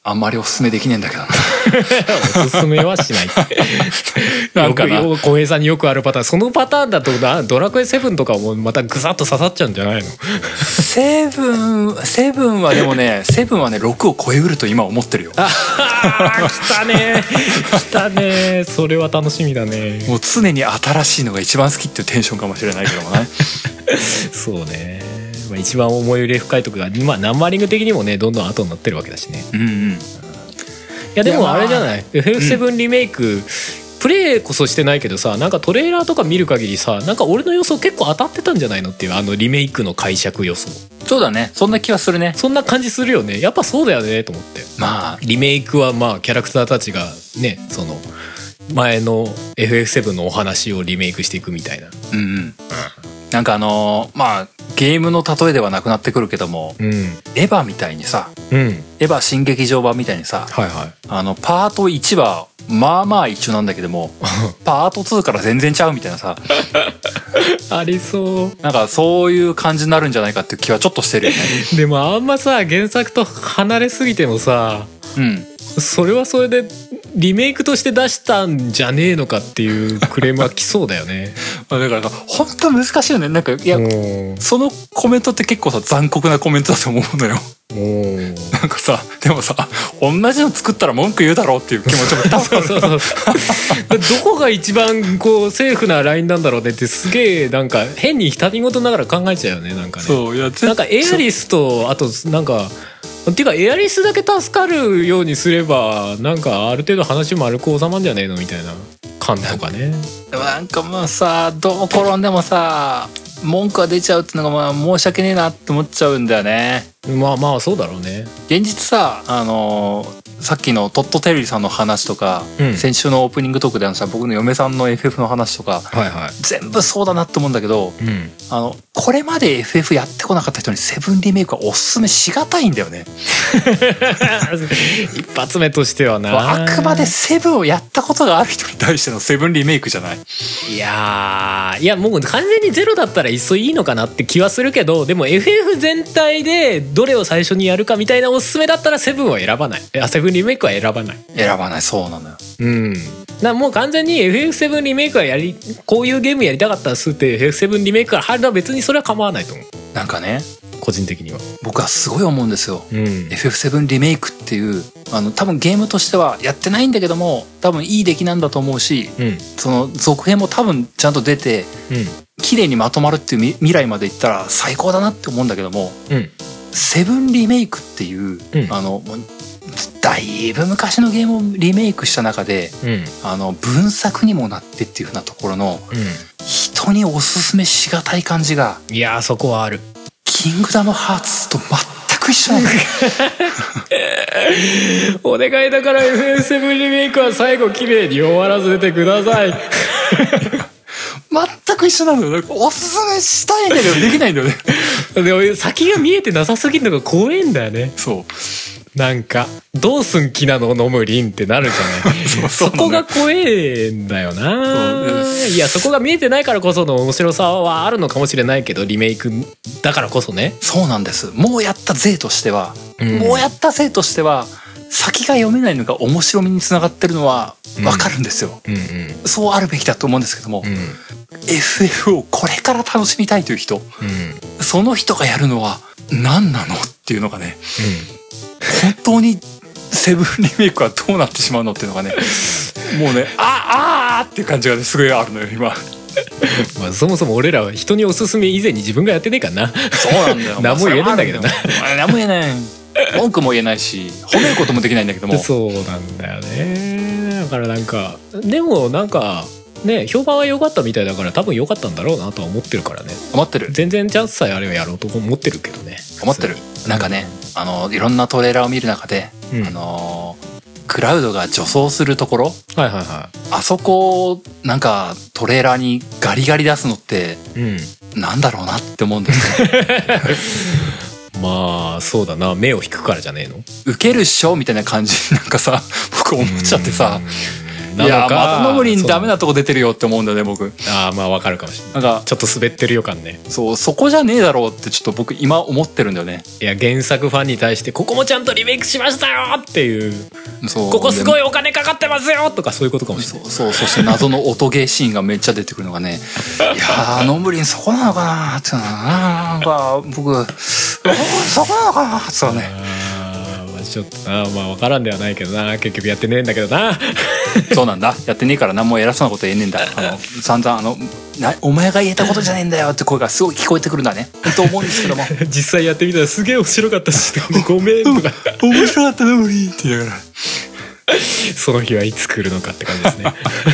あんまりおすすめできねえんだけどなおすすめはしないなんかな、 小平さんによくあるパターン、そのパターンだとドラクエ7とかもまたグサッと刺さっちゃうんじゃないの？ セブンはでもね、セブンはね6を超えうると今思ってるよ。 あ来たね来たね、それは楽しみだね。 もう常に新しいのが一番好きっていうテンションかもしれないけどもねそうね、まあ、一番思い入れ深いとこが、まあ、ナンバリング的にもねどんどん後になってるわけだしね。 うんうん。 いやでもあれじゃない、FF7 リメイク、プレイこそしてないけどさ、なんかトレーラーとか見る限りさ、なんか俺の予想結構当たってたんじゃないのっていう、あのリメイクの解釈予想。 そうだね、そんな気はするね。 そんな感じするよね。やっぱそうだよねと思って。 まあリメイクはまあキャラクターたちがね、その前の FF7 のお話をリメイクしていくみたいな。 うんうん。なんかまあゲームの例えではなくなってくるけども、 うん、 エヴァみたいにさ、 うん、 エヴァ新劇場版みたいにさ、 はいはい、 パート1はまあまあ一緒なんだけどもパート2から全然ちゃうみたいなさありそう。 なんかそういう感じになるんじゃないかっていう気はちょっとしてるよねでもあんまさ原作と離れすぎてもさ、 うん、 それはそれでリメイクとして出したんじゃねえのかっていうクレームは来そうだよねだから本当難しいよね。なんかいやそのコメントって結構さ残酷なコメントだと思うのよなんかさ、でもさ同じの作ったら文句言うだろうっていう気持ちも多分あるどこが一番こうセーフなラインなんだろうねってすげえなんか変に他人事ながら考えちゃうよね。なんかね、 そういやなんかエアリスとあとなんかっていうかエアリスだけ助かるようにすればなんかある程度話丸く収まんじゃねえのみたいな感とかね。 なんかまあさ、どう転んでもさ文句が出ちゃうっていうのがまあ申し訳ねえなって思っちゃうんだよね。 まあまあそうだろうね。 現実ささっきのトット・テリーさんの話とか、うん、先週のオープニングトークで僕の嫁さんの FF の話とか、はいはい、全部そうだなって思うんだけど、うん、これまで FF やってこなかった人にセブンリメイクはおすすめしがたいんだよね一発目としてはな。 あくまでセブンをやったことがある人に対してのセブンリメイクじゃない。 いやもう完全にゼロだったらいっそいいのかなって気はするけど、でも FF 全体でどれを最初にやるかみたいなおすすめだったらセブンは選ばない。セブンリメイクは選ばない。そうなのよ。うん。だもう完全に FF7 リメイクはこういうゲームやりたかったっすって FF7 リメイクから入るのは別にそれは構わないと思う。 なんかね、 個人的には僕はすごい思うんですよ、うん、FF7 リメイクっていう多分ゲームとしてはやってないんだけども多分いい出来なんだと思うし、うん、その続編も多分ちゃんと出て、うん、綺麗にまとまるっていう未来までいったら最高だなって思うんだけども、うん、7リメイクっていう、うん、だいぶ昔のゲームをリメイクした中で、うん、分作にもなってっていう風なところの、うん、人におすすめしがたい感じが、 いやそこはある。 キングダムハーツと全く一緒なんだお願いだから FF7 リメイクは最後綺麗に終わらせてください全く一緒なんだよ。おすすめしたいんだけどできないんだよねでも先が見えてなさすぎるのが怖いんだよね。 そうなんかどうすん気なの飲むリンってなるじゃないそこが怖えんだよな。いやそこが見えてないからこその面白さはあるのかもしれないけどリメイクだからこそね。 そうなんです。もうやった勢としては、先が読めないのが面白みにつながってるのは分かるんですよ、うんうんうん、そうあるべきだと思うんですけども、うん、FF をこれから楽しみたいという人、うん、その人がやるのは何なのっていうのがね、うん、本当にセブンリメイクはどうなってしまうのっていうのがねもうねあーっていう感じがねすごいあるのよ今まあそもそも俺らは人におすすめ以前に自分がやってねえからな。そうなんだよ何も言えないんだけどな。 何も言えない文句も言えないし褒めることもできないんだけどもそうなんだよね。だからなんかでもなんかね評判は良かったみたいだから多分良かったんだろうなとは思ってるからね。 思ってる。 全然チャンスさえあればやろうと思ってるけどね。 思ってる。なんかねいろんなトレーラーを見る中で、うん、クラウドが助走するところ、はいはいはい、あそこなんかトレーラーにガリガリ出すのって、うん、なんだろうなって思うんですよまあそうだな、目を引くからじゃねえの。 ウケるっしょみたいな感じなんかさ僕思っちゃってさ、 なのか。 いやまたノムリンダメなとこ出てるよって思うんだよね僕。 ああまあわかるかもしれない。 なんかちょっと滑ってる予感ね。 そうそこじゃねえだろうってちょっと僕今思ってるんだよね。 いや原作ファンに対してここもちゃんとリメイクしましたよっていう、 そうここすごいお金かかってますよとかそういうことかもしれない。 そうそして謎の音ゲーシーンがめっちゃ出てくるのがねいやノムリンそこなのかなってなんか僕そこなのかなってそうね。 ちょっとなまあ分からんではないけどな、結局やってねえんだけどなそうなんだ、やってねえから何も偉そうなこと言えねえんだ。散々お前が言えたことじゃねえんだよって声がすごい聞こえてくるんだねと思うんですけども実際やってみたらすげえ面白かったしごめんとか面白かったノムリンって言いながらその日はいつ来るのかって感じですね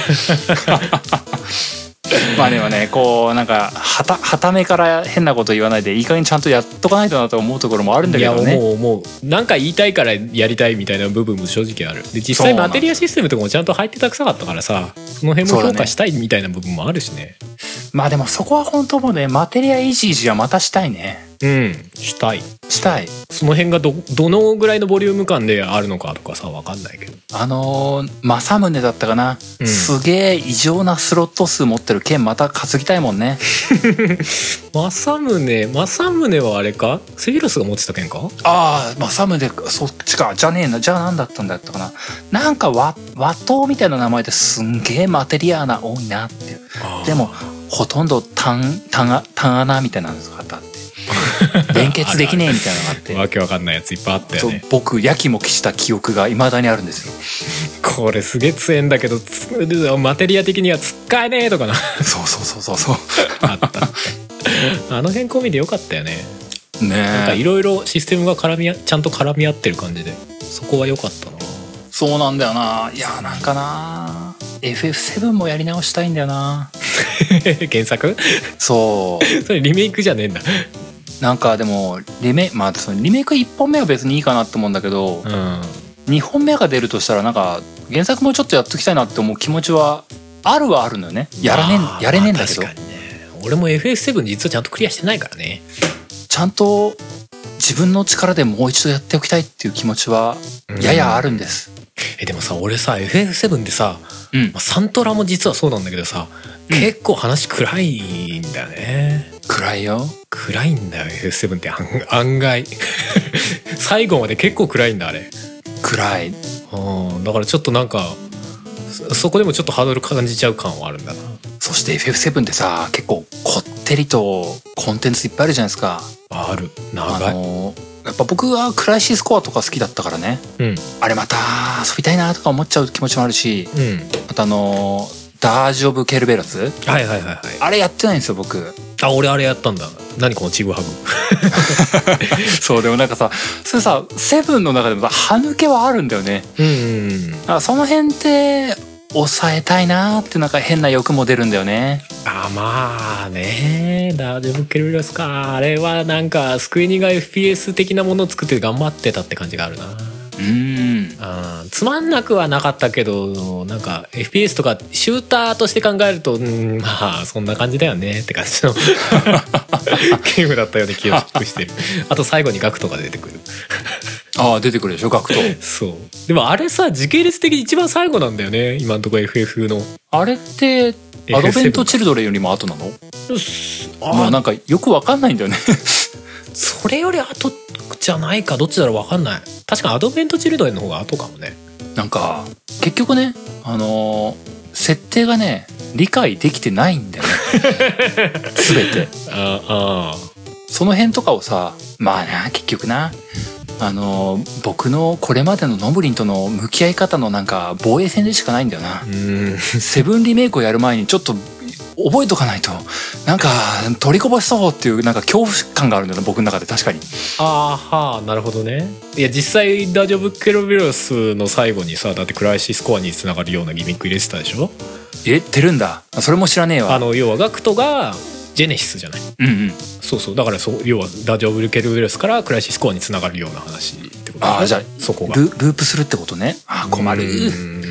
まあでもねこうなんかはためから変なこと言わないでいい加減ちゃんとやっとかないとなと思うところもあるんだけどね。 いや思うなんか言いたいからやりたいみたいな部分も正直ある。で実際マテリアシステムとかもちゃんと入ってたくさかったからさ、その辺も評価したいみたいな部分もあるしね。 まあでもそこは本当もうねマテリアイジージはまたしたいね。 したい。その辺がどのぐらいのボリューム感であるのかとかさ分かんないけど、 政宗だったかな、すげえ異常なスロット数持ってる剣また担ぎたいもんね政宗はあれかセフィロスが持ってた剣か。 ああ政宗そっちかじゃねえな。じゃあ何だったんだったかな。なんか和刀みたいな名前ですんげえマテリアな多いなっていう。でもほとんど単穴みたいなのがあって連結できねえみたいなのがあってわけわかんないやついっぱいあったよね。 そう僕やきもきした記憶がいまだにあるんですよ。 これすげえ強えんだけどマテリア的には使えねえとかなそうあったあの辺込みでよかったよね。 ねえなんかいろいろシステムがちゃんと絡み合ってる感じでそこは良かったな。 そうなんだよな。いやなんかな FF7 もやり直したいんだよな原作そうそれリメイクじゃねえんだ。 なんかでもまあそのリメイク1本目は別にいいかなって思うんだけど、2本目が出るとしたらなんか原作もうちょっとやっときたいなって思う気持ちはあるはあるのよね。やれねえんだけど、 確かにね。俺も FF7 実はちゃんとクリアしてないからね。 ちゃんと自分の力でもう一度やっておきたいっていう気持ちはややあるんです。 でもさ俺さ FF7 でさ、サントラも実はそうなんだけどさ、結構話暗いんだよね。 暗いよ。 暗いんだよ FF7 って案外最後まで結構暗いんだあれ。 暗い。 だからちょっとなんかそこでもちょっとハードル感じちゃう感はあるんだな。 そして FF7 ってさ結構こってりとコンテンツいっぱいあるじゃないですか。ある。長い。やっぱ僕はクライシスコアとか好きだったからね、あれまた遊びたいなとか思っちゃう気持ちもあるし、あとダージ・オブ・ケルベロス、あれやってないんですよ僕。 俺あれやったんだ。何このチグハグそうでもなんかさそれさセブンの中でもさ歯抜けはあるんだよね。だからその辺って抑えたいなってなんか変な欲も出るんだよね。 まあねダージ・オブ・ケルベロスか。あれはなんかスクエニが FPS 的なものを作って頑張ってたって感じがあるな。つまんなくはなかったけどなんか FPS とかシューターとして考えるとまあそんな感じだよねって感じのゲームだったような気がしてるあと最後にガクトが出てくる出てくるでしょガクトそうでもあれさ時系列的に一番最後なんだよね今のところ FF の。 あれってアドベントチルドレンよりも後なの？もうなんかよくわかんないんだよねそれより後じゃないかどっちだろうわかんない。確かにアドベントチルドレンの方が後かもね。なんか結局ね設定がね理解できてないんだよね全て。その辺とかをさまあな結局な僕のこれまでのノブリンとの向き合い方のなんか防衛戦でしかないんだよな。セブンリメイクをやる前にちょっと覚えとかないとなんか取りこぼしそうっていうなんか恐怖感があるんだよな僕の中で。確かに。 なるほどね。いや実際ダージ・オブ・ケルベロスの最後にさだってクライシスコアにつながるようなギミック入れてたでしょ。 入れてるんだ。それも知らねえわ。 要はガクトがジェネシスじゃない。そうだから要はダージ・オブ・ケルベロスからクライシスコアにつながるような話ってこと。じゃあそこがループするってことね。困る。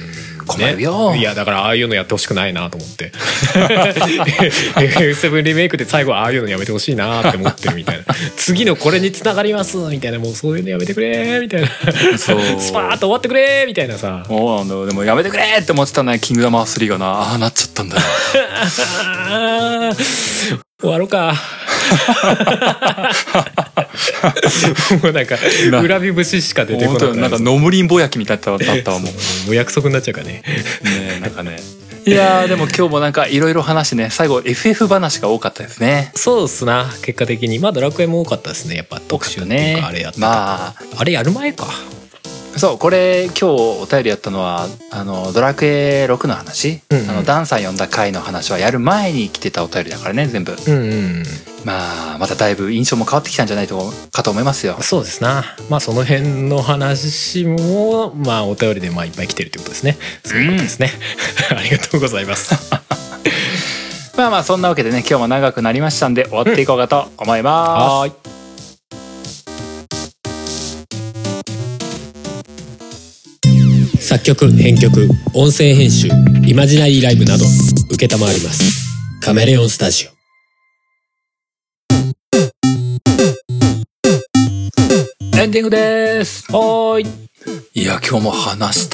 困るよ、 ね、いやだからああいうのやってほしくないなと思って FF7 リメイクで最後ああいうのやめてほしいなって思ってるみたいな次のこれに繋がりますみたいな、もうそういうのやめてくれみたいなそうスパーッと終わってくれみたいなさ、 そうなんだよ。でもやめてくれって思ってたね、キングダムハーツ3がな。ああなっちゃったんだよ終わろうかもうなんか恨み節しか出てこない。 なんかノムリンぼやきみたいだったわもう約束になっちゃうからね。 ね、なんかね。いやでも今日もなんかいろいろ話してね、最後 FF 話が多かったですね。 そうっすな、結果的にまあドラクエも多かったですね、やっぱ特集っていうかあれやった、まああれやる前か。 そう、これ今日お便りやったのはドラクエ6の話、ダンさん呼んだ回の話はやる前に来てたお便りだからね全部、まあまただいぶ印象も変わってきたんじゃないかと思いますよ。 そうですな、まあその辺の話もまあお便りでまあいっぱい来てるってことですね。そういうことですね、ありがとうございますまあまあそんなわけでね、今日も長くなりましたんで終わっていこうかと思います。 作曲編曲音声編集イマジナリーライブなど承ります。カメレオンスタジオ。 エンディングです。 はい。 いや今日も話した。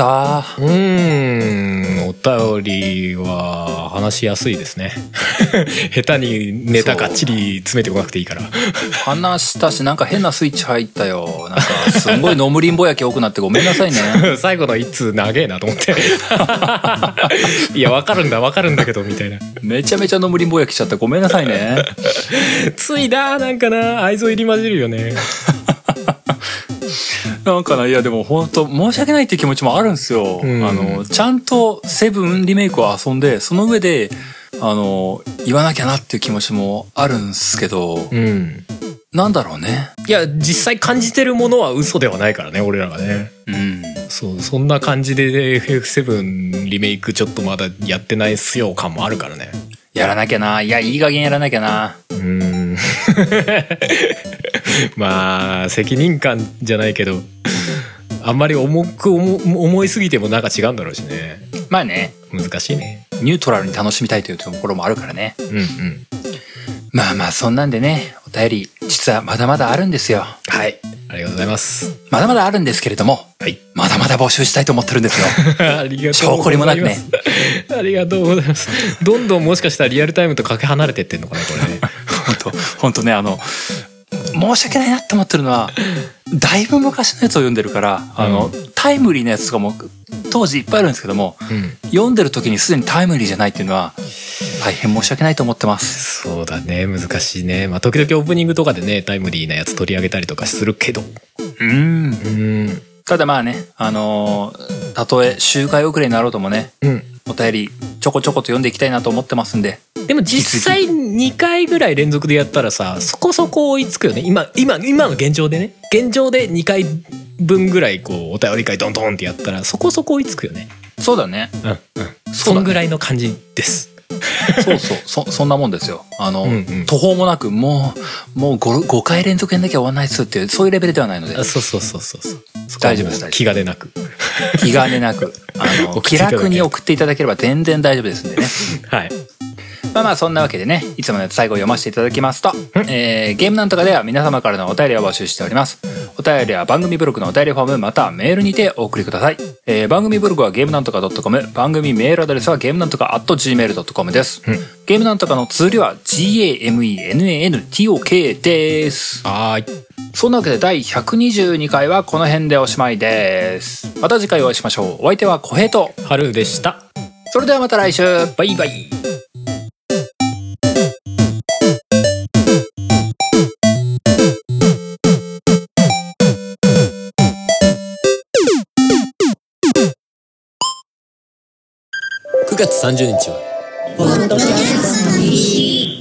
お便りは話しやすいですね下手にネタがっちり詰めてこなくていいから話したし、なんか変なスイッチ入ったよ。なんかすんごいノムリンぼやき多くなってごめんなさいね最後の一通長えなと思っていや分かるんだけどみたいな、 めちゃめちゃノムリンぼやきしちゃった、ごめんなさいねついだ、なんかな愛想入り混じるよねなんかな、いやでも本当申し訳ないっていう気持ちもあるんですよ、ちゃんとセブンリメイクを遊んで、その上で言わなきゃなっていう気持ちもあるんですけど、なんだろうね。 いや実際感じてるものは嘘ではないからね、俺らがね。そんな感じで FF7 リメイクちょっとまだやってないっすよ感もあるからね。 やらなきゃな。いやいい加減やらなきゃな。 まあ責任感じゃないけど、あんまり重いすぎてもなんか違うんだろうしね。 まあね、 難しいね。 ニュートラルに楽しみたいというところもあるからね。まあまあそんなんでね、お便り実はまだまだあるんですよ。 はい、ありがとうございます。 まだまだあるんですけれども、まだまだ募集したいと思ってるんですよありがとうございます。証拠りもなくねありがとうございます。どんどんもしかしたらリアルタイムとかけ離れてってんのかねこれね本当ね、申し訳ないなって思ってるのは、だいぶ昔のやつを読んでるから、タイムリーなやつとかも当時いっぱいあるんですけども、読んでる時にすでにタイムリーじゃないっていうのは大変申し訳ないと思ってます。 そうだね、難しいね。まあ時々オープニングとかでねタイムリーなやつ取り上げたりとかするけど、 ただまあね、たとえ周回遅れになろうともね、お便りちょこちょこと読んでいきたいなと思ってますんで。 でも実際2回ぐらい連続でやったらさ、そこそこ追いつくよね。今の現状でね、現状で2回分ぐらいこうお便り会ドンドンってやったらそこそこ追いつくよね。 そうだね。 そんぐらいの感じです。 そんなもんですよ。途方もなくもう 5回連続やんなきゃ終わんないっすっていう、そういうレベルではないので。 そう大丈夫です。 気兼ねなく気楽に送っていただければ全然大丈夫ですんでねはい。 まあそんなわけでね、いつものやつ最後読ませていただきますと、ゲームなんとかでは皆様からのお便りを募集しております。お便りは番組ブログのお便りフォームまたはメールにてお送りください。番組ブログはゲームなんとか .com、 番組メールアドレスはゲームなんとか @gmail.com です。ゲームなんとかの綴りは GAMENNANTOK です。 はい。 そんなわけで第122回はこの辺でおしまいです。また次回お会いしましょう。お相手は小平と春でした。 それではまた来週。 バイバイ。9月30日はポッドキャストに